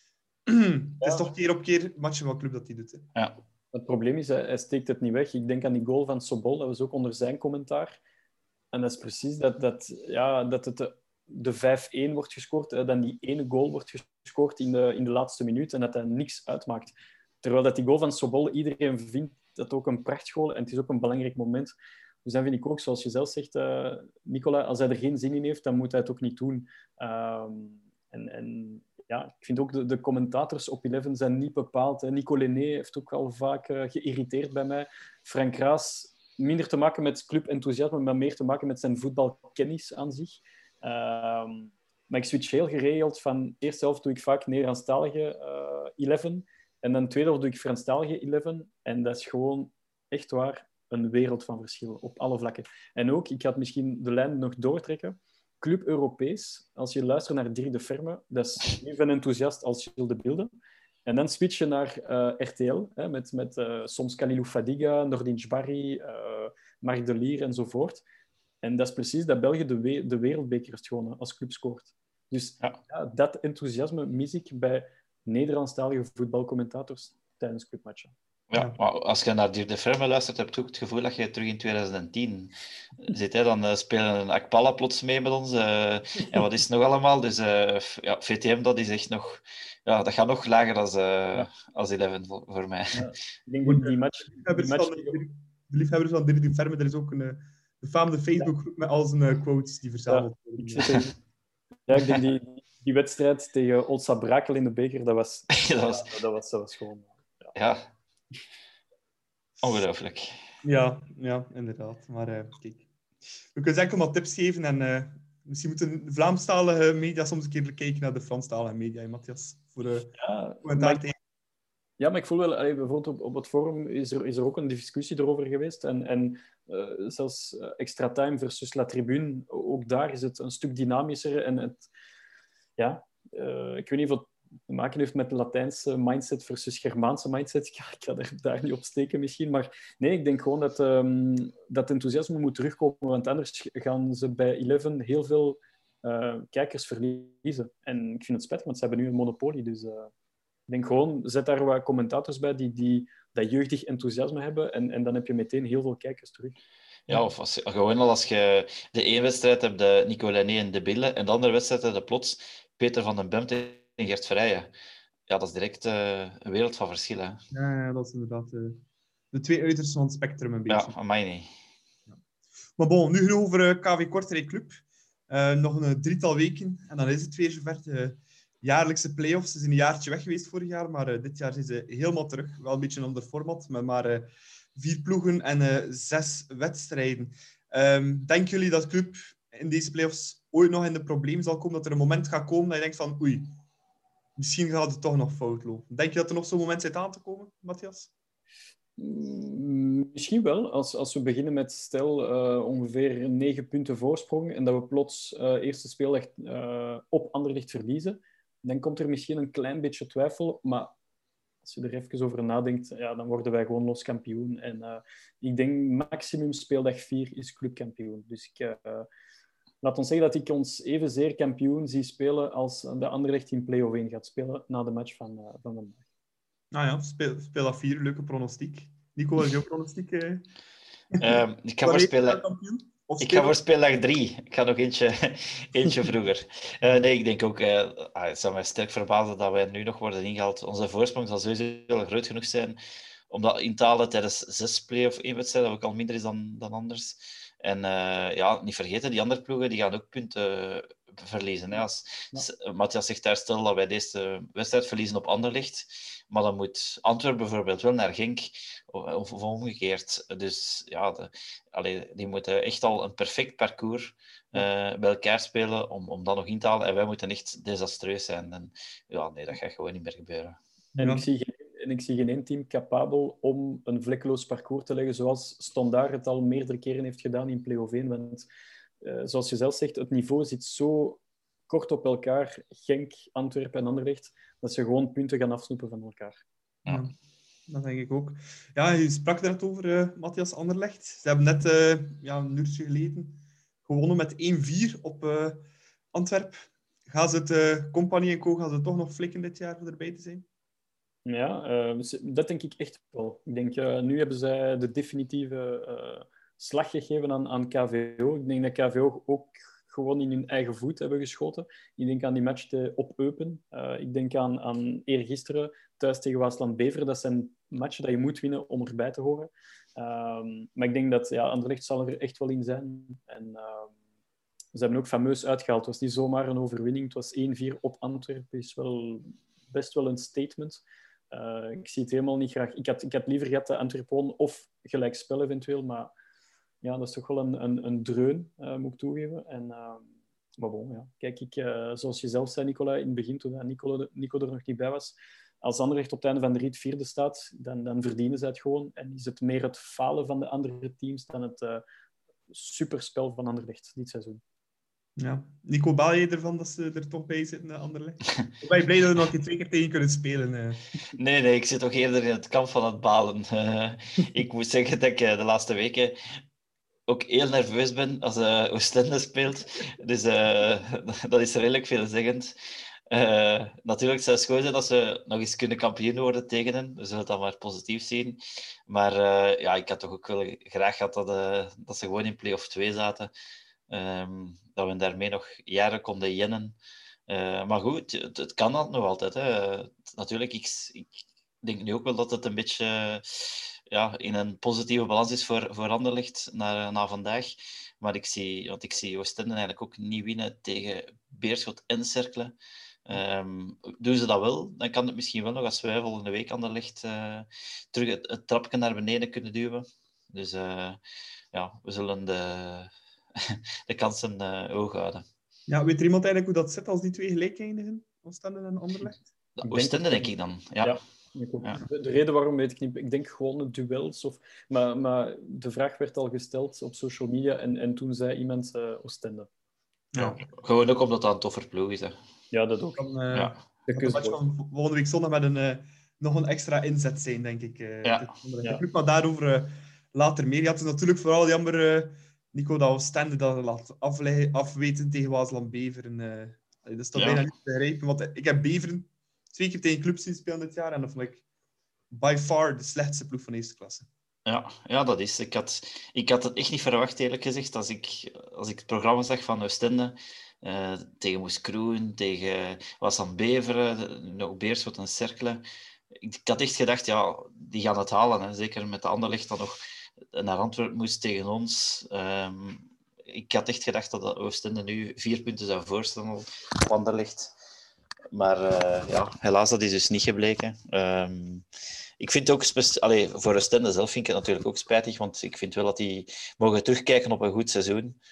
het is ja. toch keer op keer matchen van club dat hij doet. Hè. Ja. Het probleem is, hij, hij steekt het niet weg. Ik denk aan die goal van Sobol, dat was ook onder zijn commentaar. En dat is precies dat, dat, ja, dat het de, de vijf-één wordt gescoord, dan die ene goal wordt gescoord in de, in de laatste minuut en dat dat niks uitmaakt. Terwijl dat die goal van Sobol, iedereen vindt dat ook een prachtgoal en het is ook een belangrijk moment. Dus dan vind ik ook, zoals je zelf zegt, uh, Nicola, als hij er geen zin in heeft, dan moet hij het ook niet doen. Um, en, en ja, ik vind ook de, de commentators op Eleven zijn niet bepaald. Hè. Nico Lenné heeft ook al vaak uh, geïrriteerd bij mij. Frank Raas, minder te maken met clubenthousiasme, maar meer te maken met zijn voetbalkennis aan zich. Um, maar ik switch heel geregeld. Van de eerste helft doe ik vaak Nederlandstalige uh, Eleven. En dan de tweede helft doe ik Franstalige Eleven. En dat is gewoon echt waar een wereld van verschil op alle vlakken. En ook, ik ga het misschien de lijn nog doortrekken. Club Europees, als je luistert naar Dirk de Verme, dat is even enthousiast als Gilles de Bilde. En dan switch je naar uh, R T L, hè, met, met uh, soms Kalilou Fadiga, Nordin Jbari, uh, Marc de Lier enzovoort. En dat is precies dat België de, we- de wereldbeker heeft gewonnen als club scoort. Dus ja. Ja, dat enthousiasme mis ik bij Nederlandstalige voetbalcommentators tijdens clubmatchen. Ja, maar als je naar Dirk de Verme luistert, heb je ook het gevoel dat je terug in twintig tien zit. Hè? Dan uh, spelen een Akpala plots mee met ons. Uh, en wat is het nog allemaal? Dus uh, ja, V T M, dat is echt nog... Ja, dat gaat nog lager als, uh, ja. als Eleven voor, voor mij. Ja. Ik denk die, die match... Die match van, de, de liefhebbers van Dirk de Verme, er is ook een befaamde Facebookgroep ja. met al zijn uh, quotes die verzameld worden. Ja, ik, ja, ik denk die, die wedstrijd tegen Olsa Brakel in de beker, dat was... dat, was... Ja, dat, was, dat was gewoon... Ja. ja. Ongelooflijk. Ja, ja, inderdaad. Maar uh, kijk, we kunnen enkel maar tips geven en uh, misschien moeten Vlaamstalige media soms een keer kijken naar de Franstalige media, Matthias, voor uh, ja, commentaar maar, ja, maar ik voel wel, allee, bijvoorbeeld op, op het forum is er, is er ook een discussie erover geweest en, en uh, zelfs uh, Extra Time versus La Tribune, ook daar is het een stuk dynamischer en het, ja, uh, ik weet niet of het te maken heeft met de Latijnse mindset versus Germaanse mindset. Ik ga, ik ga er daar niet op steken misschien. Maar nee, ik denk gewoon dat, um, dat enthousiasme moet terugkomen. Want anders gaan ze bij Eleven heel veel uh, kijkers verliezen. En ik vind het spijtig, want ze hebben nu een monopolie. Dus uh, ik denk gewoon, zet daar wat commentators bij die, die dat jeugdig enthousiasme hebben. En, en dan heb je meteen heel veel kijkers terug. Ja, of als, gewoon al als je de één wedstrijd hebt, de Nicolainé en de Bille, en de andere wedstrijd heb je plots Peter van den Bemt en Gert Verrijen. Ja, dat is direct uh, een wereld van verschil. Hè. Ja, dat is inderdaad uh, de twee uitersten van het spectrum een beetje. Ja, amai niet. Ja. Maar bon, nu genoeg over uh, K V Kortrijk Club. Uh, nog een drietal weken en dan is het weer zover. De jaarlijkse play-offs. Ze zijn een jaartje weg geweest vorig jaar, maar uh, dit jaar zijn ze helemaal terug. Wel een beetje een ander format, met maar... Uh, Vier ploegen en uh, zes wedstrijden. Um, denken jullie dat de club in deze play-offs ooit nog in de problemen zal komen? Dat er een moment gaat komen dat je denkt van oei, misschien gaat het toch nog fout lopen. Denk je dat er nog zo'n moment zit aan te komen, Matthias? Misschien wel. Als, als we beginnen met stel uh, ongeveer negen punten voorsprong en dat we plots uh, eerste speeldag uh, op Anderlecht verliezen, dan komt er misschien een klein beetje twijfel, maar als je er even over nadenkt, ja, dan worden wij gewoon los kampioen. En uh, ik denk maximum speeldag vier is clubkampioen. Dus ik, uh, laat ons zeggen dat ik ons evenzeer kampioen zie spelen als de Anderlecht in play-off één gaat spelen na de match van, uh, van vandaag. Nou ja, speel, speeldag vier, leuke pronostiek. Nico, wat is jouw pronostiek? Uh, um, ik ga voor speeldag... Ik ga voor speeldag drie. Ik ga nog eentje, eentje vroeger. Uh, nee, ik denk ook... Uh, ah, het zou mij sterk verbazen dat wij nu nog worden ingehaald. Onze voorsprong zal sowieso wel groot genoeg zijn om dat in te halen tijdens zes play-off één wedstrijd, dat ook al minder is dan, dan anders. En uh, ja, niet vergeten, die andere ploegen die gaan ook punten verliezen. Hè. Als ja. Matthias zegt daar, stel dat wij deze wedstrijd verliezen op Anderlecht, maar dan moet Antwerpen bijvoorbeeld wel naar Genk, of, of omgekeerd. Dus ja, de, allee, die moeten echt al een perfect parcours uh, bij elkaar spelen om, om dat nog in te halen. En wij moeten echt desastreus zijn. En ja, nee, dat gaat gewoon niet meer gebeuren. En ik zie geen, en ik zie geen één team capabel om een vlekkeloos parcours te leggen, zoals Standaard het al meerdere keren heeft gedaan in play-off één. Want uh, zoals je zelf zegt, het niveau zit zo kort op elkaar, Genk, Antwerpen en Anderlecht, dat ze gewoon punten gaan afsnoepen van elkaar. Ja. Ja, dat denk ik ook. Ja, je sprak er net over, uh, Matthias, Anderlecht. Ze hebben net uh, ja, een uurtje geleden gewonnen met één vier op uh, Antwerpen. Gaan ze het, uh, Compagnie en Co, gaan ze toch nog flikken dit jaar om erbij te zijn? Ja, uh, dat denk ik echt wel. Ik denk, uh, nu hebben zij de definitieve uh, slag gegeven aan, aan K V O. Ik denk dat K V O ook gewoon in hun eigen voet hebben geschoten. Ik denk aan die match te, op Eupen. Uh, ik denk aan, aan eergisteren thuis tegen Waasland-Beveren. Dat zijn matchen dat je moet winnen om erbij te horen. Um, maar ik denk dat ja, Anderlecht zal er echt wel in zijn. En uh, ze hebben ook fameus uitgehaald. Het was niet zomaar een overwinning. Het was één vier op Antwerpen. Is wel best wel een statement. Uh, ik zie het helemaal niet graag. Ik had, ik had liever gehad de Antwerpen of gelijkspel eventueel, maar ja, dat is toch wel een, een, een dreun, uh, moet ik toegeven. En, uh, maar bon, ja. Kijk, ik, uh, zoals je zelf zei, Nicola, in het begin, toen Nico, Nico er nog niet bij was, als Anderlecht op het einde van de rit vierde staat, dan, dan verdienen ze het gewoon. En is het meer het falen van de andere teams dan het uh, superspel van Anderlecht dit seizoen. Ja. Nico, baal je ervan dat ze er toch bij zitten, Anderlecht? Of ben je blij dat we nog twee keer tegen kunnen spelen? Uh? Nee, nee, ik zit toch eerder in het kamp van het balen. Uh, ik moet zeggen dat ik uh, de laatste weken ook heel nerveus ben als uh, Oostende speelt. Dus uh, dat is redelijk veelzeggend. Uh, natuurlijk zou het schoon zijn dat ze nog eens kunnen kampioen worden tegen hen. We zullen het dan maar positief zien. Maar uh, ja, ik had toch ook wel graag gehad dat, uh, dat ze gewoon in play-off twee zaten. Um, dat we daarmee nog jaren konden jennen. Uh, maar goed, het, het kan dat nog altijd. Hè. Uh, natuurlijk, ik, ik denk nu ook wel dat het een beetje uh, ja, in een positieve balans is voor, voor Anderlecht na, na vandaag. Maar ik zie, want ik zie Oostende eigenlijk ook niet winnen tegen Beerschot en Cercle. Um, doen ze dat wel, dan kan het misschien wel nog als wij volgende week Anderlecht uh, terug het, het trapje naar beneden kunnen duwen. Dus uh, ja, we zullen de, de kansen uh, hoog houden. Ja, weet er iemand eigenlijk hoe dat zit als die twee gelijk eindigen? Oostende en Anderlecht? Oostende denk ik dan, ja. ja. Ja. De, de reden waarom weet ik niet. Ik denk gewoon de duels. Of, maar, maar de vraag werd al gesteld op social media en, en toen zei iemand uh, Oostende. Ja. Ja, gewoon ook omdat dat een toffer ploeg is. Hè. Ja, dat ook. Dan, uh, ja. De de match kustboys. van volgende week zondag met een, uh, nog een extra inzet zijn, denk ik. Uh, Ja. ja. Ik maar daarover uh, later meer. Ja, het is natuurlijk vooral jammer, uh, Nico, dat Oostende dat laat afle- afweten tegen Waasland-Beveren. Uh, dat is toch ja. bijna niet te begrijpen. Want ik heb Beveren twee keer tegen clubs zien spelen dit jaar en dat vond ik by far de slechtste ploeg van eerste klasse. Ja, ja, dat is. Ik had, ik had het echt niet verwacht, eerlijk gezegd, als ik, als ik het programma zag van Oostende. Uh, tegen Moeskroen, tegen Waasland-Beveren, nog Beerschot en Cerkelen. Ik, ik had echt gedacht, ja, die gaan het halen. Hè. Zeker met de Anderlecht dat nog naar Antwerpen moest tegen ons. Um, ik had echt gedacht dat Oostende nu vier punten zou voorstellen op Anderlecht. Maar uh, ja, helaas, dat is dus niet gebleken. Um, ik vind ook, spe- Allee, voor Oostende zelf vind ik het natuurlijk ook spijtig, want ik vind wel dat die mogen terugkijken op een goed seizoen.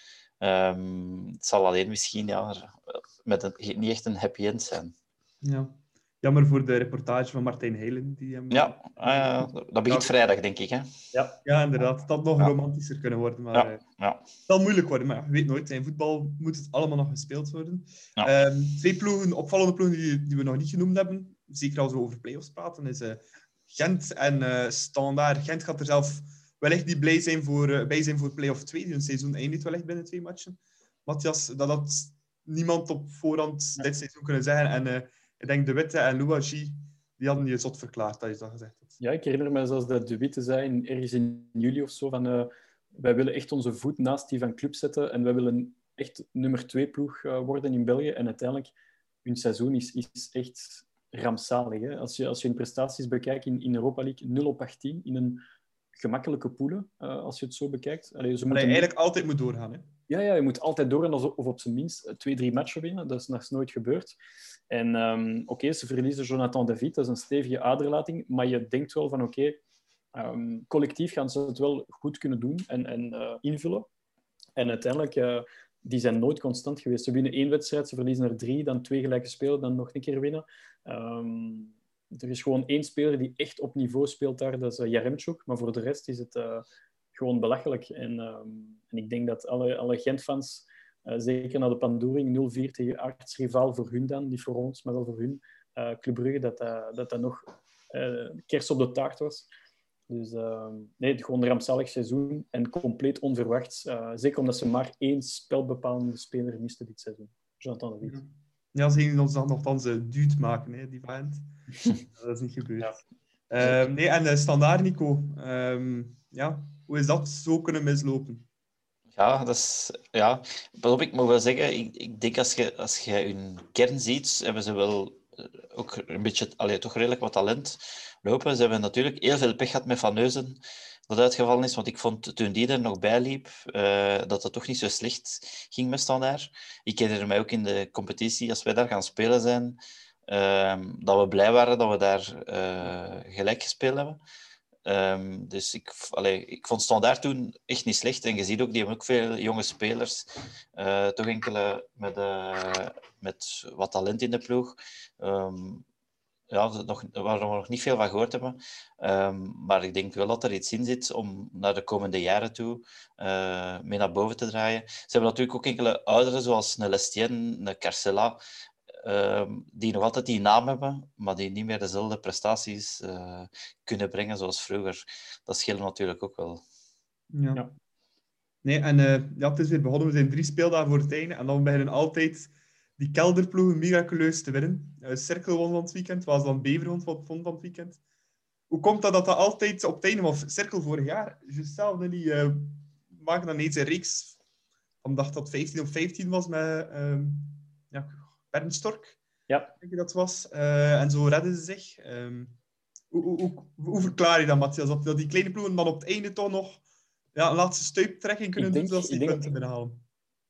Um, het zal alleen misschien ja, met een, niet echt een happy end zijn. Ja. Jammer voor de reportage van Martijn Heilen. Die hem... Ja, uh, dat begint ja. vrijdag, denk ik. Hè? Ja. ja, inderdaad. Het had nog ja. romantischer kunnen worden. Maar, ja. Uh, ja. Het zal moeilijk worden, maar je weet nooit. In voetbal moet het allemaal nog gespeeld worden. Ja. Um, twee ploegen, opvallende ploegen die, die we nog niet genoemd hebben, zeker als we over play-offs praten, is uh, Gent en uh, Standaard. Gent gaat er zelf wellicht niet blij zijn voor, uh, bij zijn voor play-off twee. Die hun seizoen eindigt wellicht binnen twee matchen. Matthias, dat had niemand op voorhand ja. dit seizoen kunnen zeggen. En uh, ik denk De Witte en Louagie, die hadden je zot verklaard, dat je dat gezegd had. Ja, ik herinner me zelfs dat De Witte zei, ergens in juli of zo, van uh, wij willen echt onze voet naast die van club zetten en wij willen echt nummer twee ploeg uh, worden in België. En uiteindelijk, hun seizoen is, is echt rampzalig. Hè? Als je, als je hun prestaties bekijkt in, in Europa League, nul op achttien, in een gemakkelijke poelen, uh, als je het zo bekijkt. Allee, ze moeten... je eigenlijk altijd moet doorgaan, hè? Ja, ja, je moet altijd doorgaan of op zijn minst twee, drie matchen winnen. Dat is nog nooit gebeurd. En um, oké, okay, ze verliezen Jonathan David, dat is een stevige aderlating, maar je denkt wel van oké, okay, um, collectief gaan ze het wel goed kunnen doen en, en uh, invullen. En uiteindelijk, uh, die zijn nooit constant geweest. Ze winnen één wedstrijd, ze verliezen er drie, dan twee gelijke spelen, dan nog een keer winnen. Um, er is gewoon één speler die echt op niveau speelt daar, dat is uh, Jaremchuk, maar voor de rest is het uh, gewoon belachelijk. En, um, en ik denk dat alle, alle Gent-fans... Uh, zeker na de pandoering, nul vier tegen artsrivaal voor hun dan, niet voor ons, maar wel voor hun. Uh, Club Brugge, dat dat, dat, dat nog uh, kers op de taart was. Dus uh, nee, gewoon een rampzalig seizoen en compleet onverwachts. Uh, zeker omdat ze maar één spelbepalende speler misten dit seizoen. Jonathan de Wiet. Ja, ze gingen ons dan nogthans uh, duut maken, hè, die vent. Dat is niet gebeurd. Ja. Uh, nee, en uh, standaard, Nico. Um, ja, hoe is dat zo kunnen mislopen? Ja, dat is... Ja, wat ik moet wel zeggen, ik, ik denk als je, als je hun kern ziet, hebben ze wel ook een beetje, allee, toch redelijk wat talent lopen. Ze hebben natuurlijk heel veel pech gehad met Van Neuzen, dat uitgevallen is, want ik vond toen die er nog bij liep, uh, dat het toch niet zo slecht ging met Standaard. Ik herinner mij ook in de competitie, als wij daar gaan spelen zijn, uh, dat we blij waren dat we daar uh, gelijk gespeeld hebben. Um, dus ik, allee, ik vond Standaard toen echt niet slecht. En je ziet ook, die hebben ook veel jonge spelers. Uh, toch enkele met, uh, met wat talent in de ploeg. Um, ja, nog, waar we nog niet veel van gehoord hebben. Um, maar ik denk wel dat er iets in zit om naar de komende jaren toe uh, mee naar boven te draaien. Ze hebben natuurlijk ook enkele ouderen, zoals een Lestien, een Carcela, uh, die nog altijd die naam hebben, maar die niet meer dezelfde prestaties uh, kunnen brengen zoals vroeger. Dat scheelt natuurlijk ook wel. Ja. ja. Nee, en uh, ja, het is weer begonnen. We zijn drie speeldagen voor het einde. En dan beginnen altijd die kelderploegen miraculeus te winnen. Uh, Cerkel won van het weekend, Waasland-Beveren won van het weekend. Hoe komt dat dat dat altijd op het einde of Cerkel vorig jaar, juist zelf, die uh, maken dan eens een reeks van dacht dat vijftien op vijftien was met uh, ja, Bernstork, ja. denk ik dat was. Uh, en zo redden ze zich. Um, hoe, hoe, hoe, hoe verklaar je dat, Matthias? Dat, dat die kleine ploegen dan op het einde toch nog ja, een laatste stuiptrekking kunnen denk, doen, zodat ze die punten binnenhalen?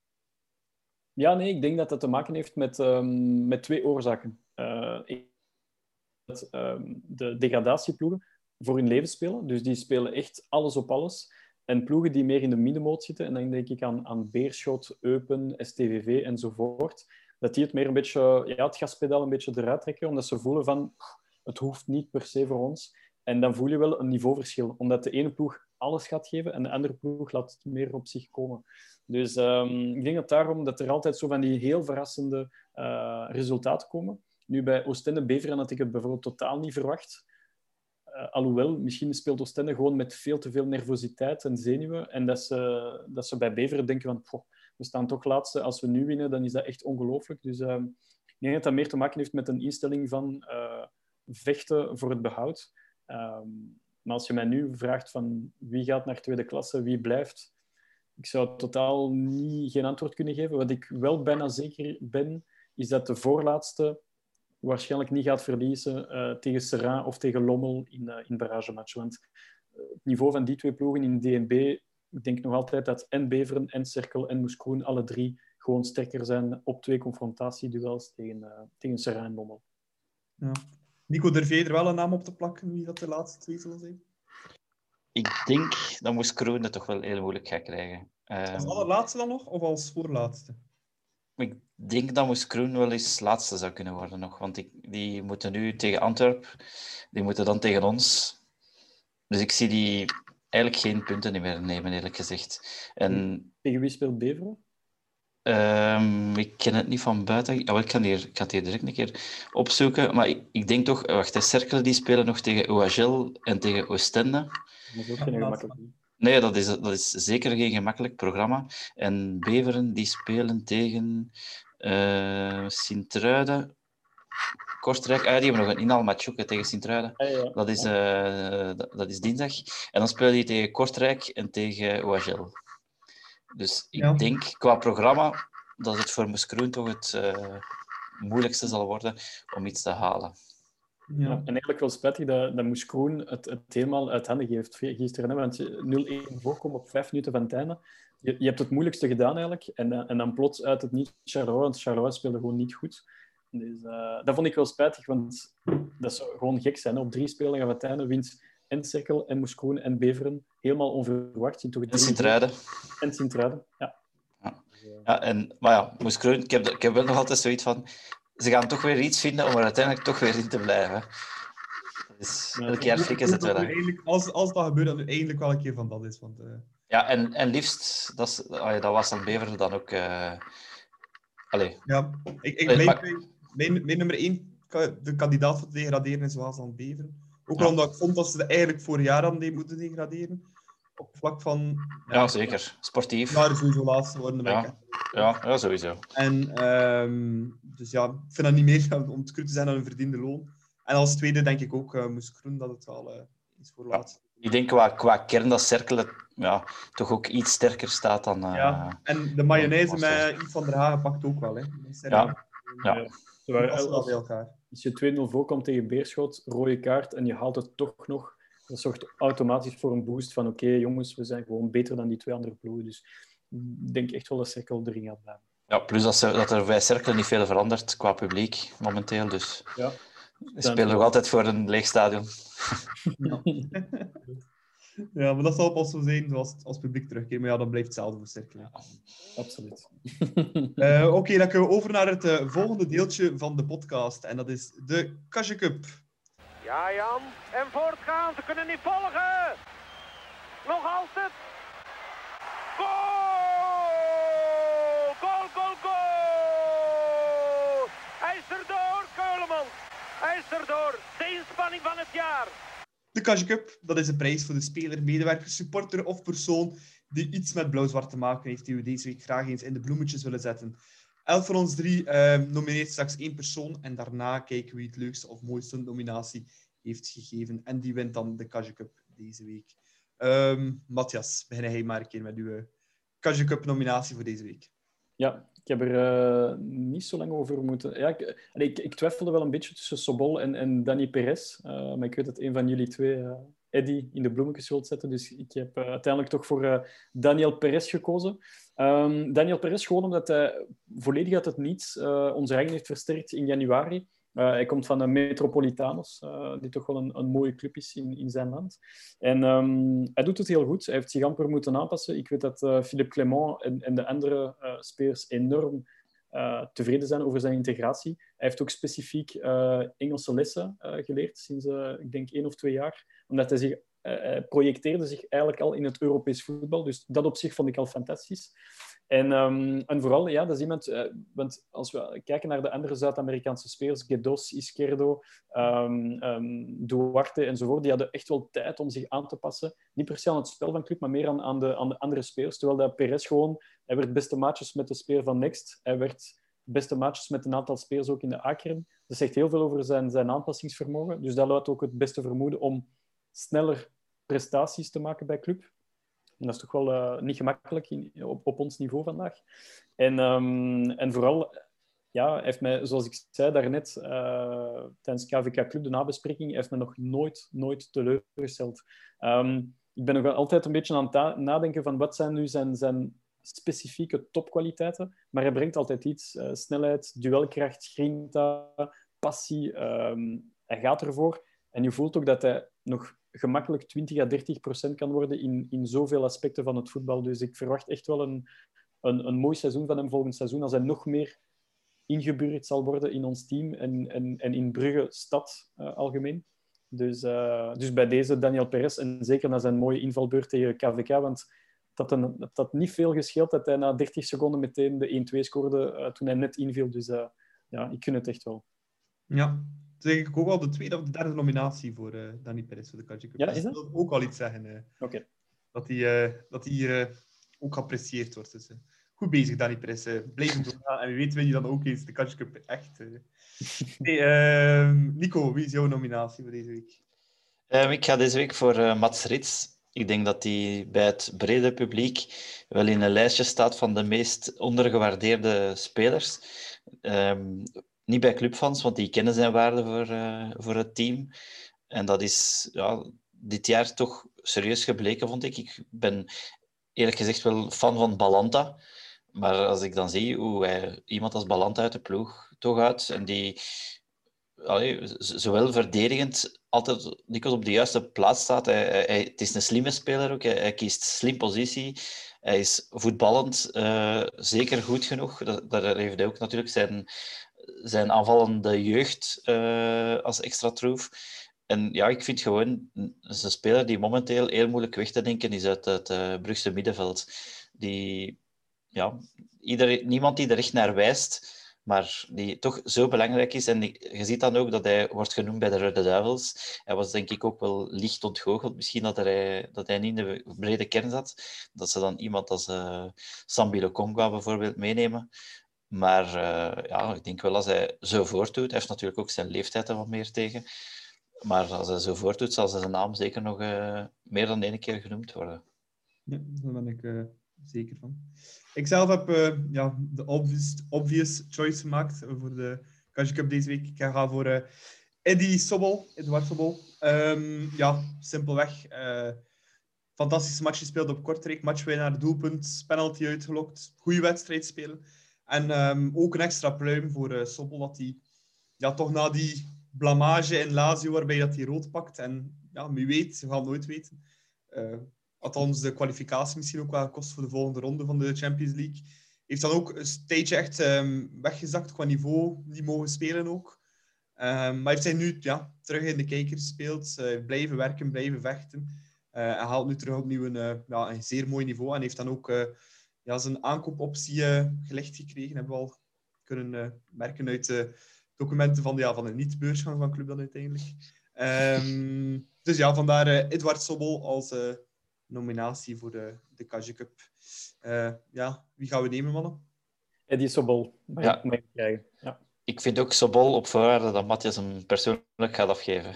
Ja, nee, ik denk dat dat te maken heeft met, um, met twee oorzaken. Uh, dat um, de degradatieploegen voor hun leven spelen. Dus die spelen echt alles op alles. En ploegen die meer in de middenmoot zitten, en dan denk ik aan, aan Beerschot, Eupen, S T V V enzovoort, dat die het meer een beetje, ja, het gaspedaal een beetje eruit trekken, omdat ze voelen van, het hoeft niet per se voor ons. En dan voel je wel een niveauverschil, omdat de ene ploeg alles gaat geven en de andere ploeg laat het meer op zich komen. Dus um, ik denk dat daarom dat er altijd zo van die heel verrassende uh, resultaten komen. Nu, bij Oostende-Beveren had ik het bijvoorbeeld totaal niet verwacht. Uh, alhoewel, misschien speelt Oostende gewoon met veel te veel nervositeit en zenuwen. En dat ze, dat ze bij Beveren denken van, poh, we staan toch laatste. Als we nu winnen, dan is dat echt ongelooflijk. Dus uh, ik denk dat dat meer te maken heeft met een instelling van uh, vechten voor het behoud. Um, maar als je mij nu vraagt van wie gaat naar tweede klasse, wie blijft, ik zou totaal niet, geen antwoord kunnen geven. Wat ik wel bijna zeker ben, is dat de voorlaatste waarschijnlijk niet gaat verliezen uh, tegen Serrain of tegen Lommel in, uh, in barragematch. Want uh, het niveau van die twee ploegen in D N B, ik denk nog altijd dat en Beveren, en Cercle en Moeskroen alle drie gewoon sterker zijn op twee confrontatieduels tegen, uh, tegen Serrain en Lommel. Ja. Nico, durf jij er wel een naam op te plakken wie dat de laatste twee zullen zijn? Ik denk dat Moeskroen het toch wel heel moeilijk gaat krijgen. Um, als allerlaatste dan nog, of als voorlaatste? Ik denk dat Moeskroen wel eens laatste zou kunnen worden nog. Want die, die moeten nu tegen Antwerpen, die moeten dan tegen ons. Dus ik zie die eigenlijk geen punten meer nemen, eerlijk gezegd. En, tegen wie speelt Beveren? Um, ik ken het niet van buiten. Oh, ik, kan hier, ik kan het hier direct een keer opzoeken. Maar ik, ik denk toch... Wacht, de Cercle die spelen nog tegen O H L en tegen Oostende. Dat is ook geen gemakkelijk. Nee, dat is, dat is zeker geen gemakkelijk programma. En Beveren die spelen tegen uh, Sint-Truiden. Kortrijk, ah, die hebben nog een inhaalmatch ook tegen Sint-Truiden. Ja, ja. Dat, is, uh, dat, dat is dinsdag. En dan spelen die tegen Kortrijk en tegen O H L. Dus ik ja. denk, qua programma, dat het voor Moeskroen toch het uh, moeilijkste zal worden om iets te halen. Ja. Ja, en eigenlijk wel spijtig dat, dat Moeskroen het, het helemaal uit handen geeft gisteren. Hè? Want nul-één voorkomen op vijf minuten van het einde. Je, je hebt het moeilijkste gedaan eigenlijk. En, en dan plots uit het niet Charleroi, want Charleroi speelde gewoon niet goed. Dus uh, dat vond ik wel spijtig, want dat zou gewoon gek zijn. Hè? Op drie spelingen van het einde wint en Cercle en Moeskroen en Beveren helemaal onverwacht. Toch en Sint-Truiden. En Sint-Truiden, ja. Ja. Ja, en, maar ja, Moeskroen, ik heb, ik heb wel nog altijd zoiets van... Ze gaan toch weer iets vinden om er uiteindelijk toch weer in te blijven. Dus ja, elk jaar flikken ze het wel. Als, als dat gebeurt, dan eindelijk wel een keer van dat is. Want, uh... Ja, en, en liefst, dat, is, oh ja, dat was dan Beveren dan ook... Uh... Allee. Ja, ik, ik Allee, blijf maar... mijn, mijn nummer één, de kandidaat voor te degraderen is was dan Beveren. Ook ja. Omdat ik vond dat ze eigenlijk vorig jaar aan die moeten degraderen. Op vlak van... Ja, ja zeker. Sportief. Ja, sowieso laatste worden. Ja. Ja, ja, sowieso. En, um, dus ja, ik vind dat niet meer om te kunnen zijn dan een verdiende loon. En als tweede denk ik ook uh, Moeskroen dat het wel uh, is voor laatst. Ja, ik denk qua, qua kern dat Cercle ja, toch ook iets sterker staat dan... Uh, ja, en de mayonaise met Yves van der Hagen pakt ook wel. Hè. Ja, ja. ja. Als, als je twee nul voorkomt tegen Beerschot, rode kaart en je haalt het toch nog... Dat zorgt automatisch voor een boost van oké, okay, jongens, we zijn gewoon beter dan die twee andere ploegen. Dus ik denk echt wel dat Cercle erin gaat blijven. Ja, plus dat, ze, dat er bij Cercle niet veel verandert qua publiek momenteel. Dus ja. Ze spelen nog altijd voor een leeg stadion. Ja. Ja, maar dat zal pas zo zijn als, als het publiek terugkeert. Maar ja, dan blijft hetzelfde voor Cercle. Ja, absoluut. uh, Oké, okay, dan kunnen we over naar het uh, volgende deeltje van de podcast. En dat is de Kasje Cup. Ja, Jan. En voortgaan. Ze kunnen niet volgen. Nog altijd. Goal! Goal, goal, goal! Hij is erdoor, Keulemans. Hij is erdoor. De inspanning van het jaar. De Kasje Cup, dat is een prijs voor de speler, medewerker, supporter of persoon die iets met blauw-zwart te maken heeft, die we deze week graag eens in de bloemetjes willen zetten. Elk van ons drie uh, nomineert straks één persoon en daarna kijken wie het leukste of mooiste nominatie heeft gegeven. En die wint dan de Kasje Cup deze week. Um, Matthias, begin jij maar een keer met uw uh, Kasje Cup nominatie voor deze week. Ja, ik heb er uh, niet zo lang over moeten... Ja, ik, ik, ik twijfelde wel een beetje tussen Sobol en, en Dani Perez. Uh, maar ik weet dat een van jullie twee uh, Eddie in de bloemetjes wilt zetten. Dus ik heb uh, uiteindelijk toch voor uh, Daniel Perez gekozen. Um, Daniel Perez gewoon omdat hij volledig uit het niets uh, onze eigen heeft versterkt in januari. Uh, hij komt van de Metropolitanos, uh, die toch wel een, een mooie club is in, in zijn land. En um, hij doet het heel goed. Hij heeft zich amper moeten aanpassen. Ik weet dat uh, Philippe Clement en, en de andere uh, spelers enorm uh, tevreden zijn over zijn integratie. Hij heeft ook specifiek uh, Engelse lessen uh, geleerd sinds, uh, ik denk, één of twee jaar. Omdat hij zich uh, hij projecteerde zich eigenlijk al in het Europees voetbal. Dus dat op zich vond ik al fantastisch. En, um, en vooral, ja, dat is iemand... Uh, want als we kijken naar de andere Zuid-Amerikaanse spelers, Guedes, Izquierdo, um, um, Duarte enzovoort, die hadden echt wel tijd om zich aan te passen. Niet per se aan het spel van club, maar meer aan, aan, de, aan de andere spelers. Terwijl dat Perez gewoon... Hij werd beste maatjes met de speler van Next. Hij werd beste maatjes met een aantal spelers ook in de A-kern. Dat zegt heel veel over zijn, zijn aanpassingsvermogen. Dus dat laat ook het beste vermoeden om sneller prestaties te maken bij club. En dat is toch wel uh, niet gemakkelijk in, op, op ons niveau vandaag. En, um, en vooral, ja, hij heeft mij, zoals ik zei daarnet, uh, tijdens K V K Club, de nabespreking, heeft me nog nooit, nooit teleurgesteld. Um, ik ben nog altijd een beetje aan het ta- nadenken van wat zijn nu zijn, zijn specifieke topkwaliteiten, maar hij brengt altijd iets. Uh, snelheid, duelkracht, grinta, passie. Um, hij gaat ervoor. En je voelt ook dat hij nog gemakkelijk twintig à dertig procent kan worden in, in zoveel aspecten van het voetbal. Dus ik verwacht echt wel een, een, een mooi seizoen van hem volgend seizoen, als hij nog meer ingeburgerd zal worden in ons team en, en, en in Brugge stad uh, algemeen. Dus, uh, dus bij deze Daniel Perez, en zeker na zijn mooie invalbeurt tegen K V K, want dat had, dat had niet veel gescheeld dat hij na dertig seconden meteen de één-twee scoorde uh, toen hij net inviel. Dus uh, ja, ik gun het echt wel. Ja. Dat is eigenlijk ook al de tweede of de derde nominatie voor uh, Dani Perez voor de Kaji Cup. Ja, is dat? Dus dat wil ook al iets zeggen. Uh, okay. Dat hij uh, dat hier uh, ook geapprecieerd wordt. Dus, uh, goed bezig, Dani Perez. Uh, blijven doorgaan. En wie weet win je dan ook eens de Kaji Cup echt. Uh. Hey, uh, Nico, wie is jouw nominatie voor deze week? Um, ik ga deze week voor uh, Mats Rits. Ik denk dat hij bij het brede publiek wel in een lijstje staat van de meest ondergewaardeerde spelers. Um, Niet bij clubfans, want die kennen zijn waarde voor, uh, voor het team. En dat is ja, dit jaar toch serieus gebleken, vond ik. Ik ben eerlijk gezegd wel fan van Balanta. Maar als ik dan zie hoe hij iemand als Balanta uit de ploeg toch uit, en die allee, zowel verdedigend altijd dikwijls op de juiste plaats staat. Hij, hij, het is een slimme speler ook. Hij, hij kiest slim positie. Hij is voetballend uh, zeker goed genoeg. Dat, daar heeft hij ook natuurlijk zijn... zijn aanvallende jeugd uh, als extra troef. En ja, ik vind gewoon... Het is een speler die momenteel heel moeilijk weg te denken is uit het uh, Brugse middenveld. Die... Ja, ieder, niemand die er echt naar wijst, maar die toch zo belangrijk is. En die, je ziet dan ook dat hij wordt genoemd bij de Rode Duivels. Hij was denk ik ook wel licht ontgoocheld. Misschien dat hij, dat hij niet in de brede kern zat. Dat ze dan iemand als uh, Sambi Lokonga bijvoorbeeld meenemen. Maar uh, ja, ik denk wel als hij zo voortdoet, hij heeft natuurlijk ook zijn leeftijd er wat meer tegen, maar als hij zo voortdoet, zal zijn naam zeker nog uh, meer dan één keer genoemd worden. Ja, daar ben ik uh, zeker van. Ik zelf heb uh, ja, de obvious, obvious choice gemaakt voor de Kaji Cup deze week. Ik ga voor uh, Eddie Sobol, Edouard Sobol. Um, ja, simpelweg. Uh, fantastische match gespeeld op Kortrijk. Matchwinnaar, doelpunt, penalty uitgelokt. Goede wedstrijd spelen. En um, ook een extra pluim voor uh, Sobol, dat hij ja, toch na die blamage in Lazio, waarbij dat hij rood pakt. En ja, wie weet, we gaan het nooit weten. Uh, althans, de kwalificatie misschien ook wel gekost voor de volgende ronde van de Champions League. Heeft dan ook een stage echt um, weggezakt qua niveau, niet mogen spelen ook. Um, maar heeft hij nu ja, terug in de kijker gespeeld, uh, blijven werken, blijven vechten. Uh, hij haalt nu terug opnieuw een, uh, ja, een zeer mooi niveau en heeft dan ook... Uh, Ja, zijn aankoopoptie uh, gelegd gekregen. Hebben we al kunnen uh, merken uit de documenten van de, ja, van de niet-beursgang van Club dan uiteindelijk. Um, dus ja, vandaar uh, Edouard Sobol als uh, nominatie voor de, de Kaji Cup. Uh, ja, wie gaan we nemen, mannen? Eddie Sobol. Mag ja. ik krijgen. Ja. Ik vind ook Sobol op voorwaarde dat Matthias hem persoonlijk gaat afgeven.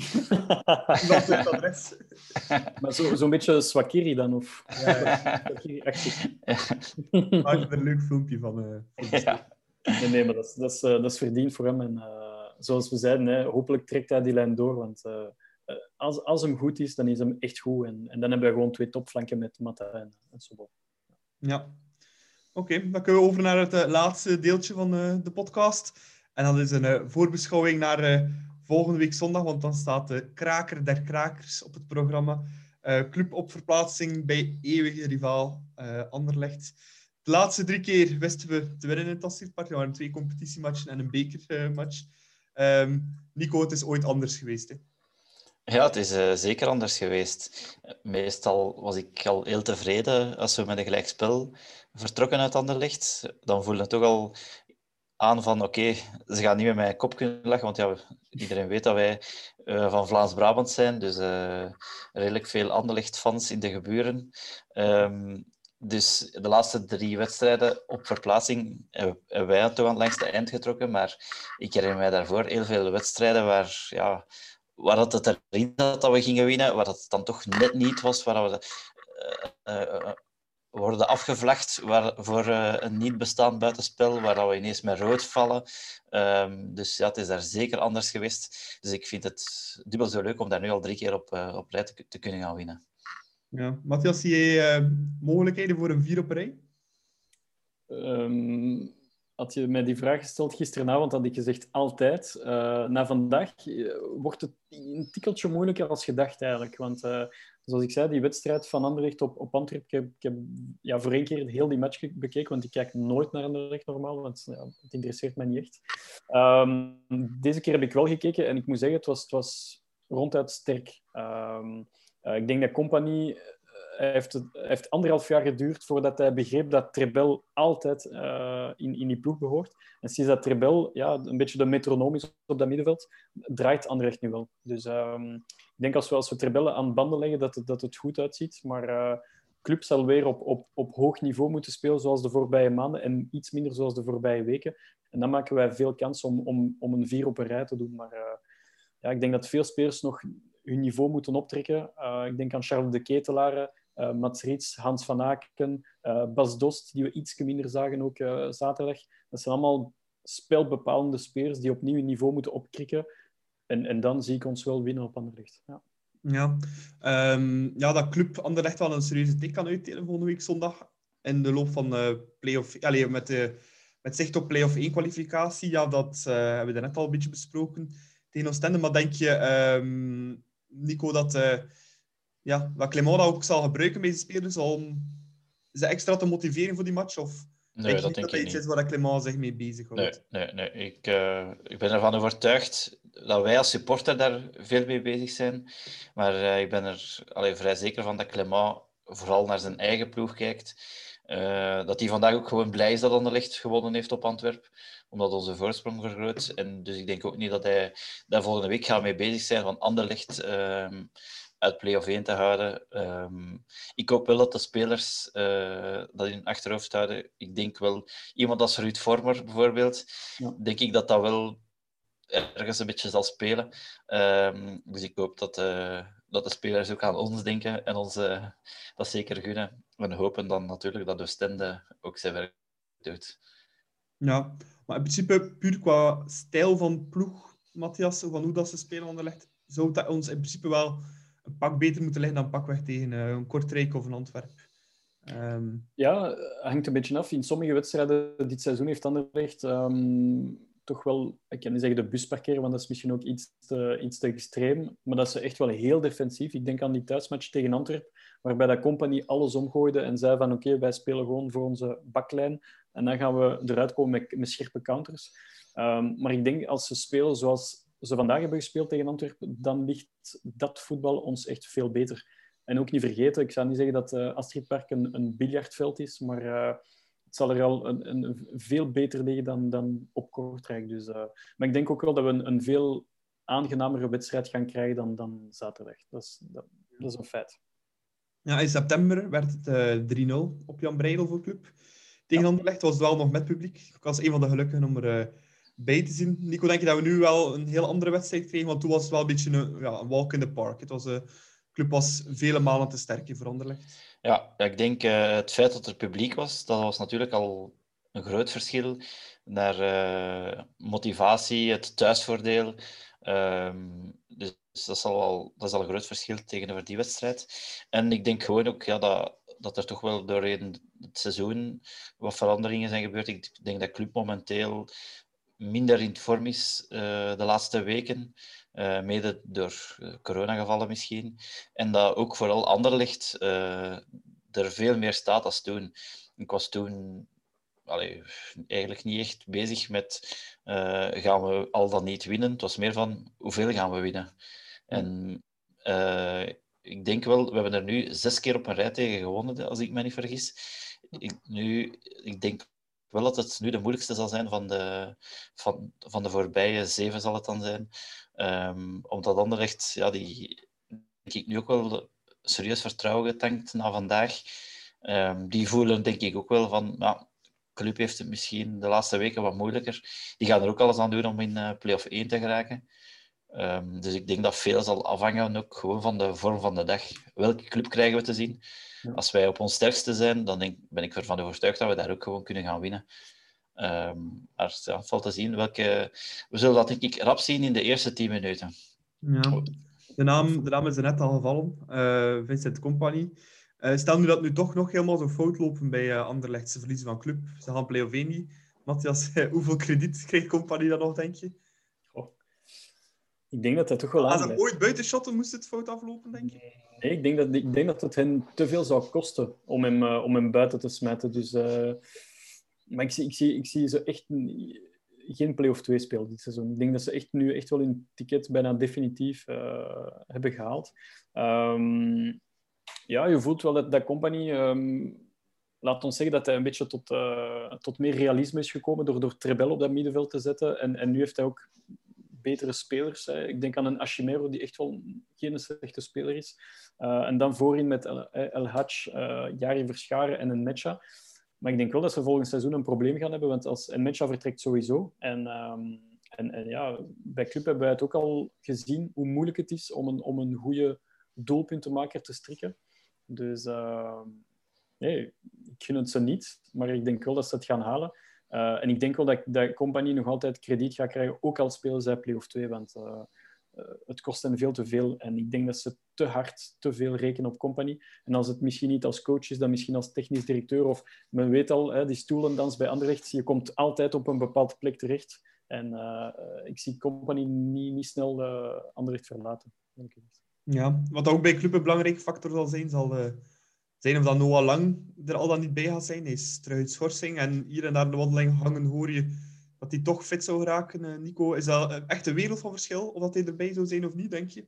Dat is het adres. Maar zo, zo'n beetje Swakiri dan, of? Ja, ja. Swakiri-achtig. Maak er een leuk filmpje van. Uh, ja. Nee, nee, maar dat is, dat, is, uh, dat is verdiend voor hem. En uh, zoals we zeiden, hè, hopelijk trekt hij die lijn door. Want uh, als, als hem goed is, dan is hem echt goed. En, en dan hebben we gewoon twee topflanken met Mata en, en Sobol. Ja. Oké, okay, dan kunnen we over naar het uh, laatste deeltje van uh, de podcast. En dat is een uh, voorbeschouwing naar uh, volgende week zondag, want dan staat de kraker der krakers op het programma. Uh, club op verplaatsing bij eeuwige rivaal uh, Anderlecht. De laatste drie keer wisten we te winnen in het Tassierpark. Er waren twee competitiematchen en een bekermatch. Uh, um, Nico, het is ooit anders geweest, hè? Ja, het is uh, zeker anders geweest. Meestal was ik al heel tevreden als we met een gelijkspel vertrokken uit Anderlecht. Dan voelde het toch al aan van oké, okay, ze gaan niet met mijn kop kunnen lachen, want ja, iedereen weet dat wij uh, van Vlaams-Brabant zijn, dus uh, redelijk veel Anderlecht-fans in de geburen. Um, dus de laatste drie wedstrijden op verplaatsing hebben wij toch aan het langste eind getrokken, maar ik herinner mij daarvoor heel veel wedstrijden waar... Ja, waar dat het erin zat dat we gingen winnen, waar dat het dan toch net niet was, waar we uh, uh, worden afgevlacht waar, voor uh, een niet bestaand buitenspel, waar dat we ineens met rood vallen. Um, dus ja, het is daar zeker anders geweest. Dus ik vind het dubbel zo leuk om daar nu al drie keer op, uh, op rij te, te kunnen gaan winnen. Ja. Matthias, zie jij uh, mogelijkheden voor een vier op rij? Um... Had je mij die vraag gesteld gisteravond, had ik gezegd altijd. Uh, na vandaag wordt het een tikkeltje moeilijker als gedacht eigenlijk. Want uh, zoals ik zei, die wedstrijd van Anderlecht op, op Antwerpen, ik heb, ik heb ja, voor één keer heel die match bekeken, want ik kijk nooit naar Anderlecht normaal, want ja, het interesseert mij niet echt. Um, deze keer heb ik wel gekeken en ik moet zeggen, het was, het was ronduit sterk. Um, uh, ik denk dat Kompany... Hij heeft, het, hij heeft anderhalf jaar geduurd voordat hij begreep dat Trebel altijd uh, in, in die ploeg behoort. En sinds dat Trebel ja, een beetje de metronoom is op dat middenveld, draait Anderlecht nu wel. Dus um, ik denk als we, als we Trebel aan banden leggen, dat het, dat het goed uitziet. Maar uh, club zal weer op, op, op hoog niveau moeten spelen, zoals de voorbije maanden, en iets minder zoals de voorbije weken. En dan maken wij veel kans om, om, om een vier op een rij te doen. Maar uh, ja, ik denk dat veel spelers nog hun niveau moeten optrekken. Uh, ik denk aan Charles de Ketelaere, uh, Mats Rits, Hans van Aken, uh, Bas Dost, die we iets minder zagen ook uh, zaterdag. Dat zijn allemaal spelbepalende spelers die opnieuw hun niveau moeten opkrikken. En, en dan zie ik ons wel winnen op Anderlecht. Ja. Ja. Um, ja, dat club Anderlecht wel een serieuze tik kan uitdelen volgende week zondag. In de loop van uh, play-off... Allez, met, de, met zicht op play-off één kwalificatie. Ja, dat uh, hebben we net al een beetje besproken tegen Oostende. Maar denk je, um, Nico, dat, uh, ja, dat Clément dat ook zal gebruiken bij zijn spelers om ze extra te motiveren voor die match? Of nee, denk je dat niet denk dat ik iets niet. is waar Clément zich mee bezighoudt? Nee, nee, nee. Ik, uh, ik ben ervan overtuigd dat wij als supporter daar veel mee bezig zijn. Maar uh, ik ben er allee, vrij zeker van dat Clément vooral naar zijn eigen ploeg kijkt. Uh, dat hij vandaag ook gewoon blij is dat Anderlecht gewonnen heeft op Antwerpen, omdat onze voorsprong vergroot. En dus ik denk ook niet dat hij daar volgende week gaat mee bezig zijn van Anderlecht uh, uit play-off één te houden. Um, ik hoop wel dat de spelers uh, dat in hun achterhoofd houden. Ik denk wel, iemand als Ruud Vormer bijvoorbeeld, ja. denk ik dat dat wel ergens een beetje zal spelen. Um, dus ik hoop dat, uh, dat de spelers ook aan ons denken en ons uh, dat zeker gunnen. En hopen dan natuurlijk dat Oostende ook zijn werk doet. Ja, maar in principe puur qua stijl van ploeg, Matthias, van hoe dat ze spelen Anderlecht, zou dat ons in principe wel een pak beter moeten liggen dan pakweg tegen uh, een Kortrijk of een Antwerpen. Um... Ja, hangt een beetje af. In sommige wedstrijden dit seizoen heeft Anderlecht um, toch wel, ik kan niet zeggen de bus parkeren, want dat is misschien ook iets te, iets te extreem, maar dat is echt wel heel defensief. Ik denk aan die thuismatch tegen Antwerpen, waarbij dat Kompany alles omgooide en zei van oké, okay, wij spelen gewoon voor onze baklijn en dan gaan we eruit komen met, met scherpe counters. Um, maar ik denk als ze spelen zoals ze vandaag hebben gespeeld tegen Antwerpen, dan ligt dat voetbal ons echt veel beter. En ook niet vergeten, ik zou niet zeggen dat uh, Astridpark een, een biljartveld is, maar uh, het zal er al een, een veel beter liggen dan, dan op Kortrijk. Dus, uh, maar ik denk ook wel dat we een, een veel aangenamere wedstrijd gaan krijgen dan, dan zaterdag. Dat is, dat, dat is een feit. Ja, in september werd het uh, drie nul op Jan Breidel voor club. Tegen ja. Anderlecht was het wel nog met publiek. Ik was een van de gelukkigen om er uh, bij te zien. Nico, denk je dat we nu wel een heel andere wedstrijd kregen? Want toen was het wel een beetje een, ja, een walk in the park. Het was... Uh, De club was vele malen te sterk voor Anderlecht. Ja, ik denk uh, het feit dat er publiek was, dat was natuurlijk al een groot verschil naar uh, motivatie, het thuisvoordeel. Um, dus dat is, al, al, dat is al een groot verschil tegenover die wedstrijd. En ik denk gewoon ook ja, dat, dat er toch wel doorheen het seizoen wat veranderingen zijn gebeurd. Ik denk dat de club momenteel minder in vorm is uh, de laatste weken. Uh, mede door uh, coronagevallen misschien. En dat ook vooral Anderlecht uh, er veel meer staat als toen. Ik was toen allee, eigenlijk niet echt bezig met uh, gaan we al dan niet winnen. Het was meer van hoeveel gaan we winnen. En Uh, ik denk wel, we hebben er nu zes keer op een rij tegen gewonnen, als ik me niet vergis. Ik, nu, ik denk wel dat het nu de moeilijkste zal zijn van de, van, van de voorbije zeven zal het dan zijn. Um, omdat Anderlecht, ja, die denk ik nu ook wel serieus vertrouwen getankt na vandaag. Um, die voelen denk ik ook wel van, ja, de club heeft het misschien de laatste weken wat moeilijker. Die gaan er ook alles aan doen om in uh, play-off één te geraken. Um, dus ik denk dat veel zal afhangen ook gewoon van de vorm van de dag. Welke club krijgen we te zien? Ja. Als wij op ons sterkste zijn, dan denk, ben ik ervan overtuigd dat we daar ook gewoon kunnen gaan winnen. Um, maar ja, het valt te zien welke... We zullen dat denk ik rap zien in de eerste tien minuten. Ja. De naam, de naam is er net al gevallen. Uh, Vincent Kompany. Uh, stel nu dat nu toch nog helemaal zo fout lopen bij uh, Anderlecht. Ze verliezen van club. Ze gaan play-off één niet. Matthias, hoeveel krediet krijgt Kompany dan nog, denk je? Ik denk dat dat toch wel aan Als ze ooit buiten shotten, moest het fout aflopen, denk je? Nee, ik denk dat, ik denk dat het hen te veel zou kosten om hem, uh, om hem buiten te smijten. Dus, uh, maar ik zie, ik, zie, ik zie ze echt een, geen play-off twee spelen dit seizoen. Ik denk dat ze echt nu echt wel hun ticket bijna definitief uh, hebben gehaald. Um, ja, je voelt wel dat dat Kompany... Um, laat ons zeggen dat hij een beetje tot, uh, tot meer realisme is gekomen door, door Trebel op dat middenveld te zetten. En, en nu heeft hij ook betere spelers. Hè. Ik denk aan een Ashimero, die echt wel geen slechte speler is. Uh, en dan voorin met El, El Hadj, uh, Jari Verscharen en een Mecha. Maar ik denk wel dat ze volgend seizoen een probleem gaan hebben, want als een Mecha vertrekt sowieso. En, um, en, en ja, bij Club hebben wij het ook al gezien hoe moeilijk het is om een, om een goede doelpuntenmaker te strikken. Dus uh, nee, ik gun het ze niet, maar ik denk wel dat ze het gaan halen. Uh, en ik denk wel dat, dat Kompany nog altijd krediet gaat krijgen, ook al spelen zij play-off twee, want uh, uh, het kost hen veel te veel. En ik denk dat ze te hard, te veel rekenen op Kompany. En als het misschien niet als coach is, dan misschien als technisch directeur. Of men weet al, hè, die stoelendans bij Anderlecht, je komt altijd op een bepaalde plek terecht. En uh, ik zie Kompany niet, niet snel uh, Anderlecht verlaten, denk ik. Ja, wat ook bij Club een belangrijke factor zal zijn, zal... Uh... zijn of dat Noah Lang er al dan niet bij gaat zijn. Hij is terug uit schorsing en hier en daar de wandeling hangen hoor je dat hij toch fit zou raken. Nico, is dat echt een wereld van verschil of dat hij erbij zou zijn of niet, denk je?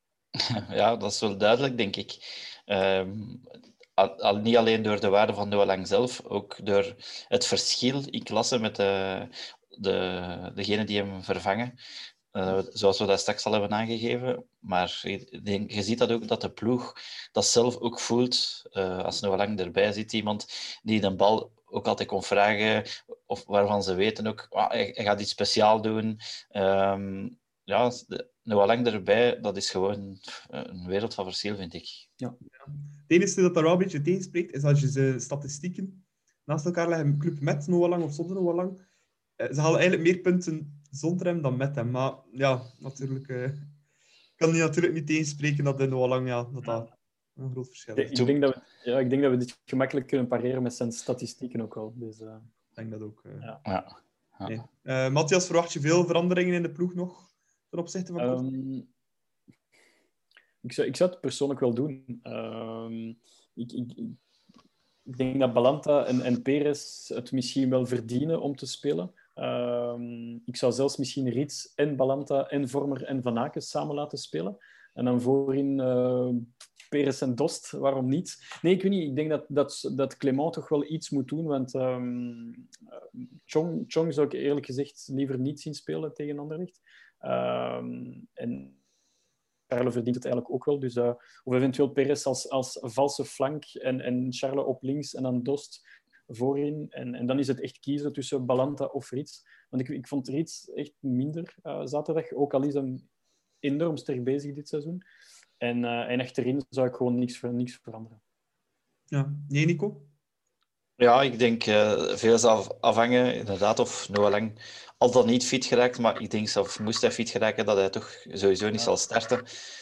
Ja, dat is wel duidelijk, denk ik. Um, al, al, niet alleen door de waarde van Noah Lang zelf, ook door het verschil in klasse met de, de, degene die hem vervangen. Uh, zoals we dat straks al hebben aangegeven. Maar je, je ziet dat ook, dat de ploeg dat zelf ook voelt. Uh, als Noah Lang erbij zit, iemand die de bal ook altijd kon vragen, of waarvan ze weten ook, oh, hij, hij gaat iets speciaals doen. Um, ja, de, Noah Lang erbij, dat is gewoon een wereld van verschil, vind ik. Ja. Ja. Het enige dat daar wel een beetje tegenspreekt, is als je ze statistieken naast elkaar legt, een club met Noah Lang of zonder Noah Lang. Uh, ze halen eigenlijk meer punten zonder hem dan met hem. Maar ja, natuurlijk... Uh, ik kan die natuurlijk niet tegenspreken dat de Noah Lang, ja, dat dat een groot verschil is. Ik denk dat we, ja, ik denk dat we dit gemakkelijk kunnen pareren met zijn statistieken ook wel. Dus, uh... ik denk dat ook. Uh... Ja. Ja. Ja. Nee. Uh, Matthias, verwacht je veel veranderingen in de ploeg nog ten opzichte van Kort? Um, ik, zou, ik zou het persoonlijk wel doen. Um, ik, ik, ik denk dat Balanta en, en Perez het misschien wel verdienen om te spelen. Um, ik zou zelfs misschien Rits en Balanta en Vormer en Van Aken samen laten spelen. En dan voorin uh, Perez en Dost, waarom niet? Nee, ik weet niet. Ik denk dat, dat, dat Clément toch wel iets moet doen. Want um, Chong, Chong zou ik eerlijk gezegd liever niet zien spelen tegen Anderlecht. Um, en Charles verdient het eigenlijk ook wel. Dus, uh, of eventueel Perez als, als valse flank en, en Charles op links en dan Dost voorin. En, en dan is het echt kiezen tussen Balanta of Rits. Want ik, ik vond Rits echt minder uh, zaterdag. Ook al is hij enorm sterk bezig dit seizoen. En, uh, en achterin zou ik gewoon niks, niks veranderen. Ja. Nee, Nico? Ja, ik denk uh, veel zal afhangen, inderdaad, of Noah Lang al dan niet fit geraakt. Maar ik denk, zelf moest hij fit geraken, dat hij toch sowieso niet ja. zal starten.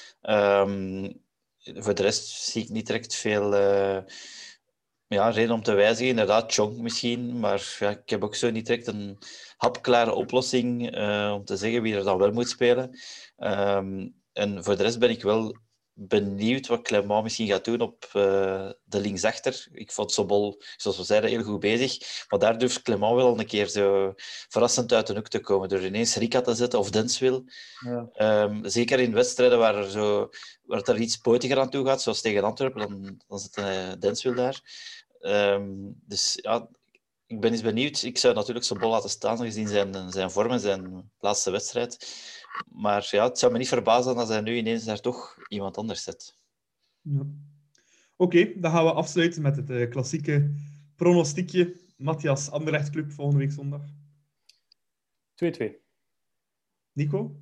Um, voor de rest zie ik niet direct veel... Uh, Ja, reden om te wijzigen, inderdaad, Chong misschien. Maar ja, ik heb ook zo niet direct een hapklare oplossing uh, om te zeggen wie er dan wel moet spelen. Um, en voor de rest ben ik wel benieuwd wat Clément misschien gaat doen op uh, de linksachter. Ik vond Sobol, zoals we zeiden, heel goed bezig. Maar daar durft Clément wel een keer zo verrassend uit de hoek te komen. Door ineens Rika te zetten of Denswil. Ja. Um, zeker in wedstrijden waar, er zo, waar het er iets potiger aan toe gaat, zoals tegen Antwerpen, dan, dan zit uh, Denswil daar. Um, dus ja, ik ben eens benieuwd. Ik zou natuurlijk Sobol laten staan, gezien zijn, zijn vorm en zijn laatste wedstrijd. Maar ja, het zou me niet verbazen als hij nu ineens daar toch iemand anders zet. Ja. Oké, okay, dan gaan we afsluiten met het uh, klassieke pronostiekje. Matthias, Anderlecht Club volgende week zondag. twee-twee. Nico?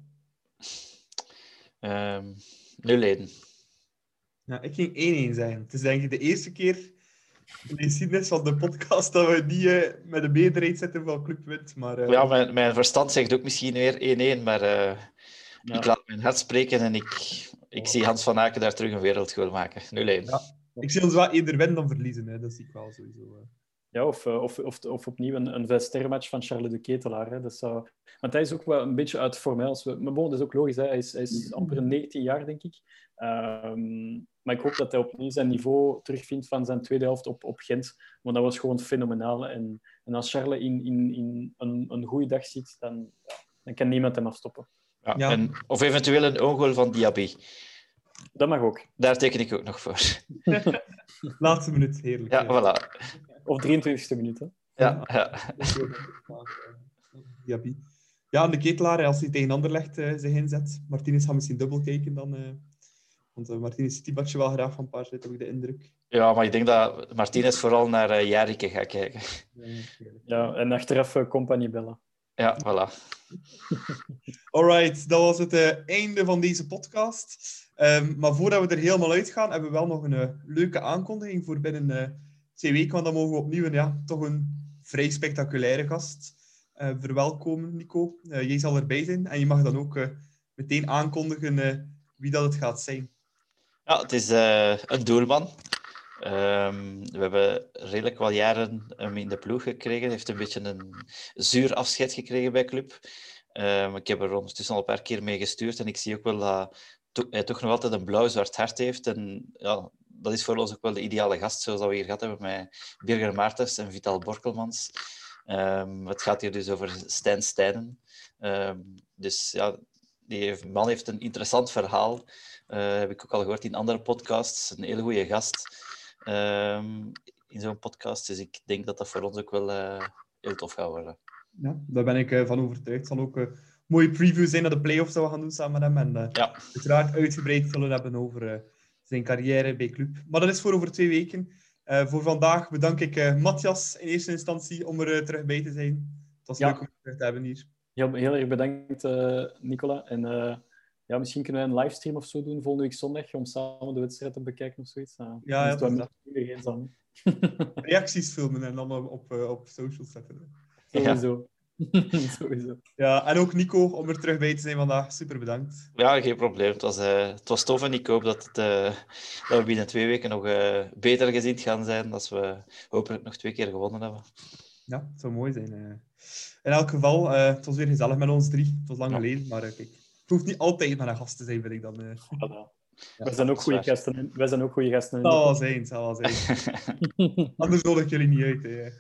Um, nul één. Ja, ik ging één-één zeggen. Het is denk ik de eerste keer in de geschiedenis van de podcast dat we niet uh, met een meerderheid zitten van Club wint. Maar, uh... ja, mijn, mijn verstand zegt ook misschien weer één-één, maar uh, ja. ik laat mijn hart spreken en ik, ik zie Hans van Aken daar terug een wereldgoal maken. nul-één. Ja. Ik zie ons wel eerder winnen dan verliezen, hè. Dat zie ik wel sowieso. Uh. Ja, of, of, of, of opnieuw een, een vijf-sterrenmatch van Charles de Ketelaar. Hè. Dat zou... Want hij is ook wel een beetje uit formeel. Als we... Maar bon, dat is ook logisch. Hè. Hij, is, hij is amper negentien jaar, denk ik. Um, maar ik hoop dat hij opnieuw zijn niveau terugvindt van zijn tweede helft op, op Gent. Want dat was gewoon fenomenaal. En, en als Charles in, in, in een, een goede dag zit, dan, ja, dan kan niemand hem afstoppen. Ja, ja. En, of eventueel een own-goal van Diaby. Dat mag ook. Daar teken ik ook nog voor. Laatste minuut, heerlijk. Ja, ja. Voilà. Of drieëntwintigste minuut, hè? Ja, ja. Diaby. Ja, en de Ketelaar, als hij tegen Anderlecht uh, zich inzet. Martinez gaat misschien dubbel kijken dan. Uh, want uh, Martinez ziet die badje wel graag van Paars, heb ik de indruk. Ja, maar ik denk dat Martinez vooral naar uh, Jarike gaat kijken. Ja, en achteraf uh, compagnie bellen. Ja, voilà. Alright, dat was het uh, einde van deze podcast. Um, maar voordat we er helemaal uitgaan, hebben we wel nog een uh, leuke aankondiging voor binnen uh, twee weken. Want dan mogen we opnieuw een, ja, toch een vrij spectaculaire gast uh, verwelkomen, Nico. Uh, jij zal erbij zijn en je mag dan ook uh, meteen aankondigen uh, wie dat het gaat zijn. Ja, het is uh, een doelman. Um, we hebben redelijk wat jaren hem in de ploeg gekregen. Hij heeft een beetje een zuur afscheid gekregen bij club. Um, ik heb er ondertussen al een paar keer mee gestuurd en ik zie ook wel dat to- hij toch nog altijd een blauw-zwart hart heeft. En ja, dat is voor ons ook wel de ideale gast, zoals we hier gehad hebben met Birger Maartens en Vital Borkelmans. Um, het gaat hier dus over Stijn Stijnen. Um, dus ja, die man heeft een interessant verhaal. Uh, heb ik ook al gehoord in andere podcasts. Een hele goede gast. Um, in zo'n podcast. Dus ik denk dat dat voor ons ook wel uh, heel tof gaat worden. Ja, daar ben ik uh, van overtuigd. Het zal ook een uh, mooie preview zijn naar de play-offs dat we gaan doen samen met hem. En uh, ja. uiteraard uitgebreid zullen hebben over uh, zijn carrière bij club. Maar dat is voor over twee weken. Uh, voor vandaag bedank ik uh, Matthias in eerste instantie om er uh, terug bij te zijn. Het was ja. leuk om je terug te hebben hier. Heel, heel erg bedankt, uh, Nicola. En uh, ja, misschien kunnen we een livestream of zo doen volgende week zondag om samen de wedstrijd te bekijken of zoiets. Uh, ja, ja, dat is dat. Eenzaam. Reacties filmen en dan op, uh, op socials zetten. Sowieso. Sowieso. Ja, en ook Nico, om er terug bij te zijn vandaag. Super bedankt. Ja, geen probleem. Het was, uh, het was tof en ik hoop dat, het, uh, dat we binnen twee weken nog uh, beter gezind gaan zijn. Dat we hopelijk nog twee keer gewonnen hebben. Ja, het zou mooi zijn. Uh. In elk geval, uh, het was weer gezellig met ons drie. Het was lang ja. geleden, maar uh, kijk, het hoeft niet altijd met een gast te zijn, vind ik dan. Uh. Ja, ja. Wij zijn ook goede gasten. Wij zijn ook goede gasten. Dat zal zijn, zal zijn. Anders nodig ik jullie niet uit. Hè.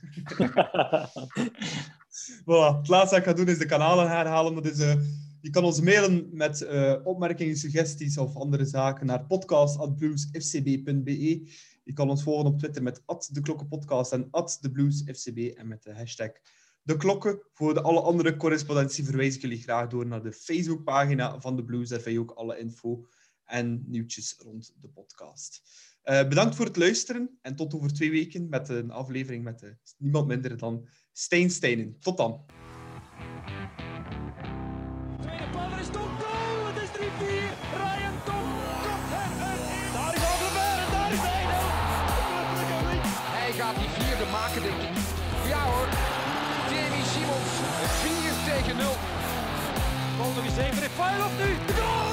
Voilà. Het laatste wat ik ga doen is de kanalen herhalen. Dat is, uh, je kan ons mailen met uh, opmerkingen, suggesties of andere zaken naar podcast at blues f c b punt b e. Je kan ons volgen op Twitter met at de klokkenpodcast en at de blues f c b en met de hashtag de klokken. Voor de alle andere correspondentie verwijs ik jullie graag door naar de Facebookpagina van de Blues. Daar vind je ook alle info en nieuwtjes rond de podcast. Uh, bedankt voor het luisteren en tot over twee weken met een aflevering met uh, niemand minder dan Stijn Stijnen. Tot dan. Tweede paal, er is Tom goal. Het is drie vier. Ryan Tom komt er erin. Daar is Alderweireld en daar is Eindel. Hij gaat die vierde maken, denk ik. Ja hoor. Jamie Simons. vier tegen nul. Bal nog eens even. Refailov nu. De goal!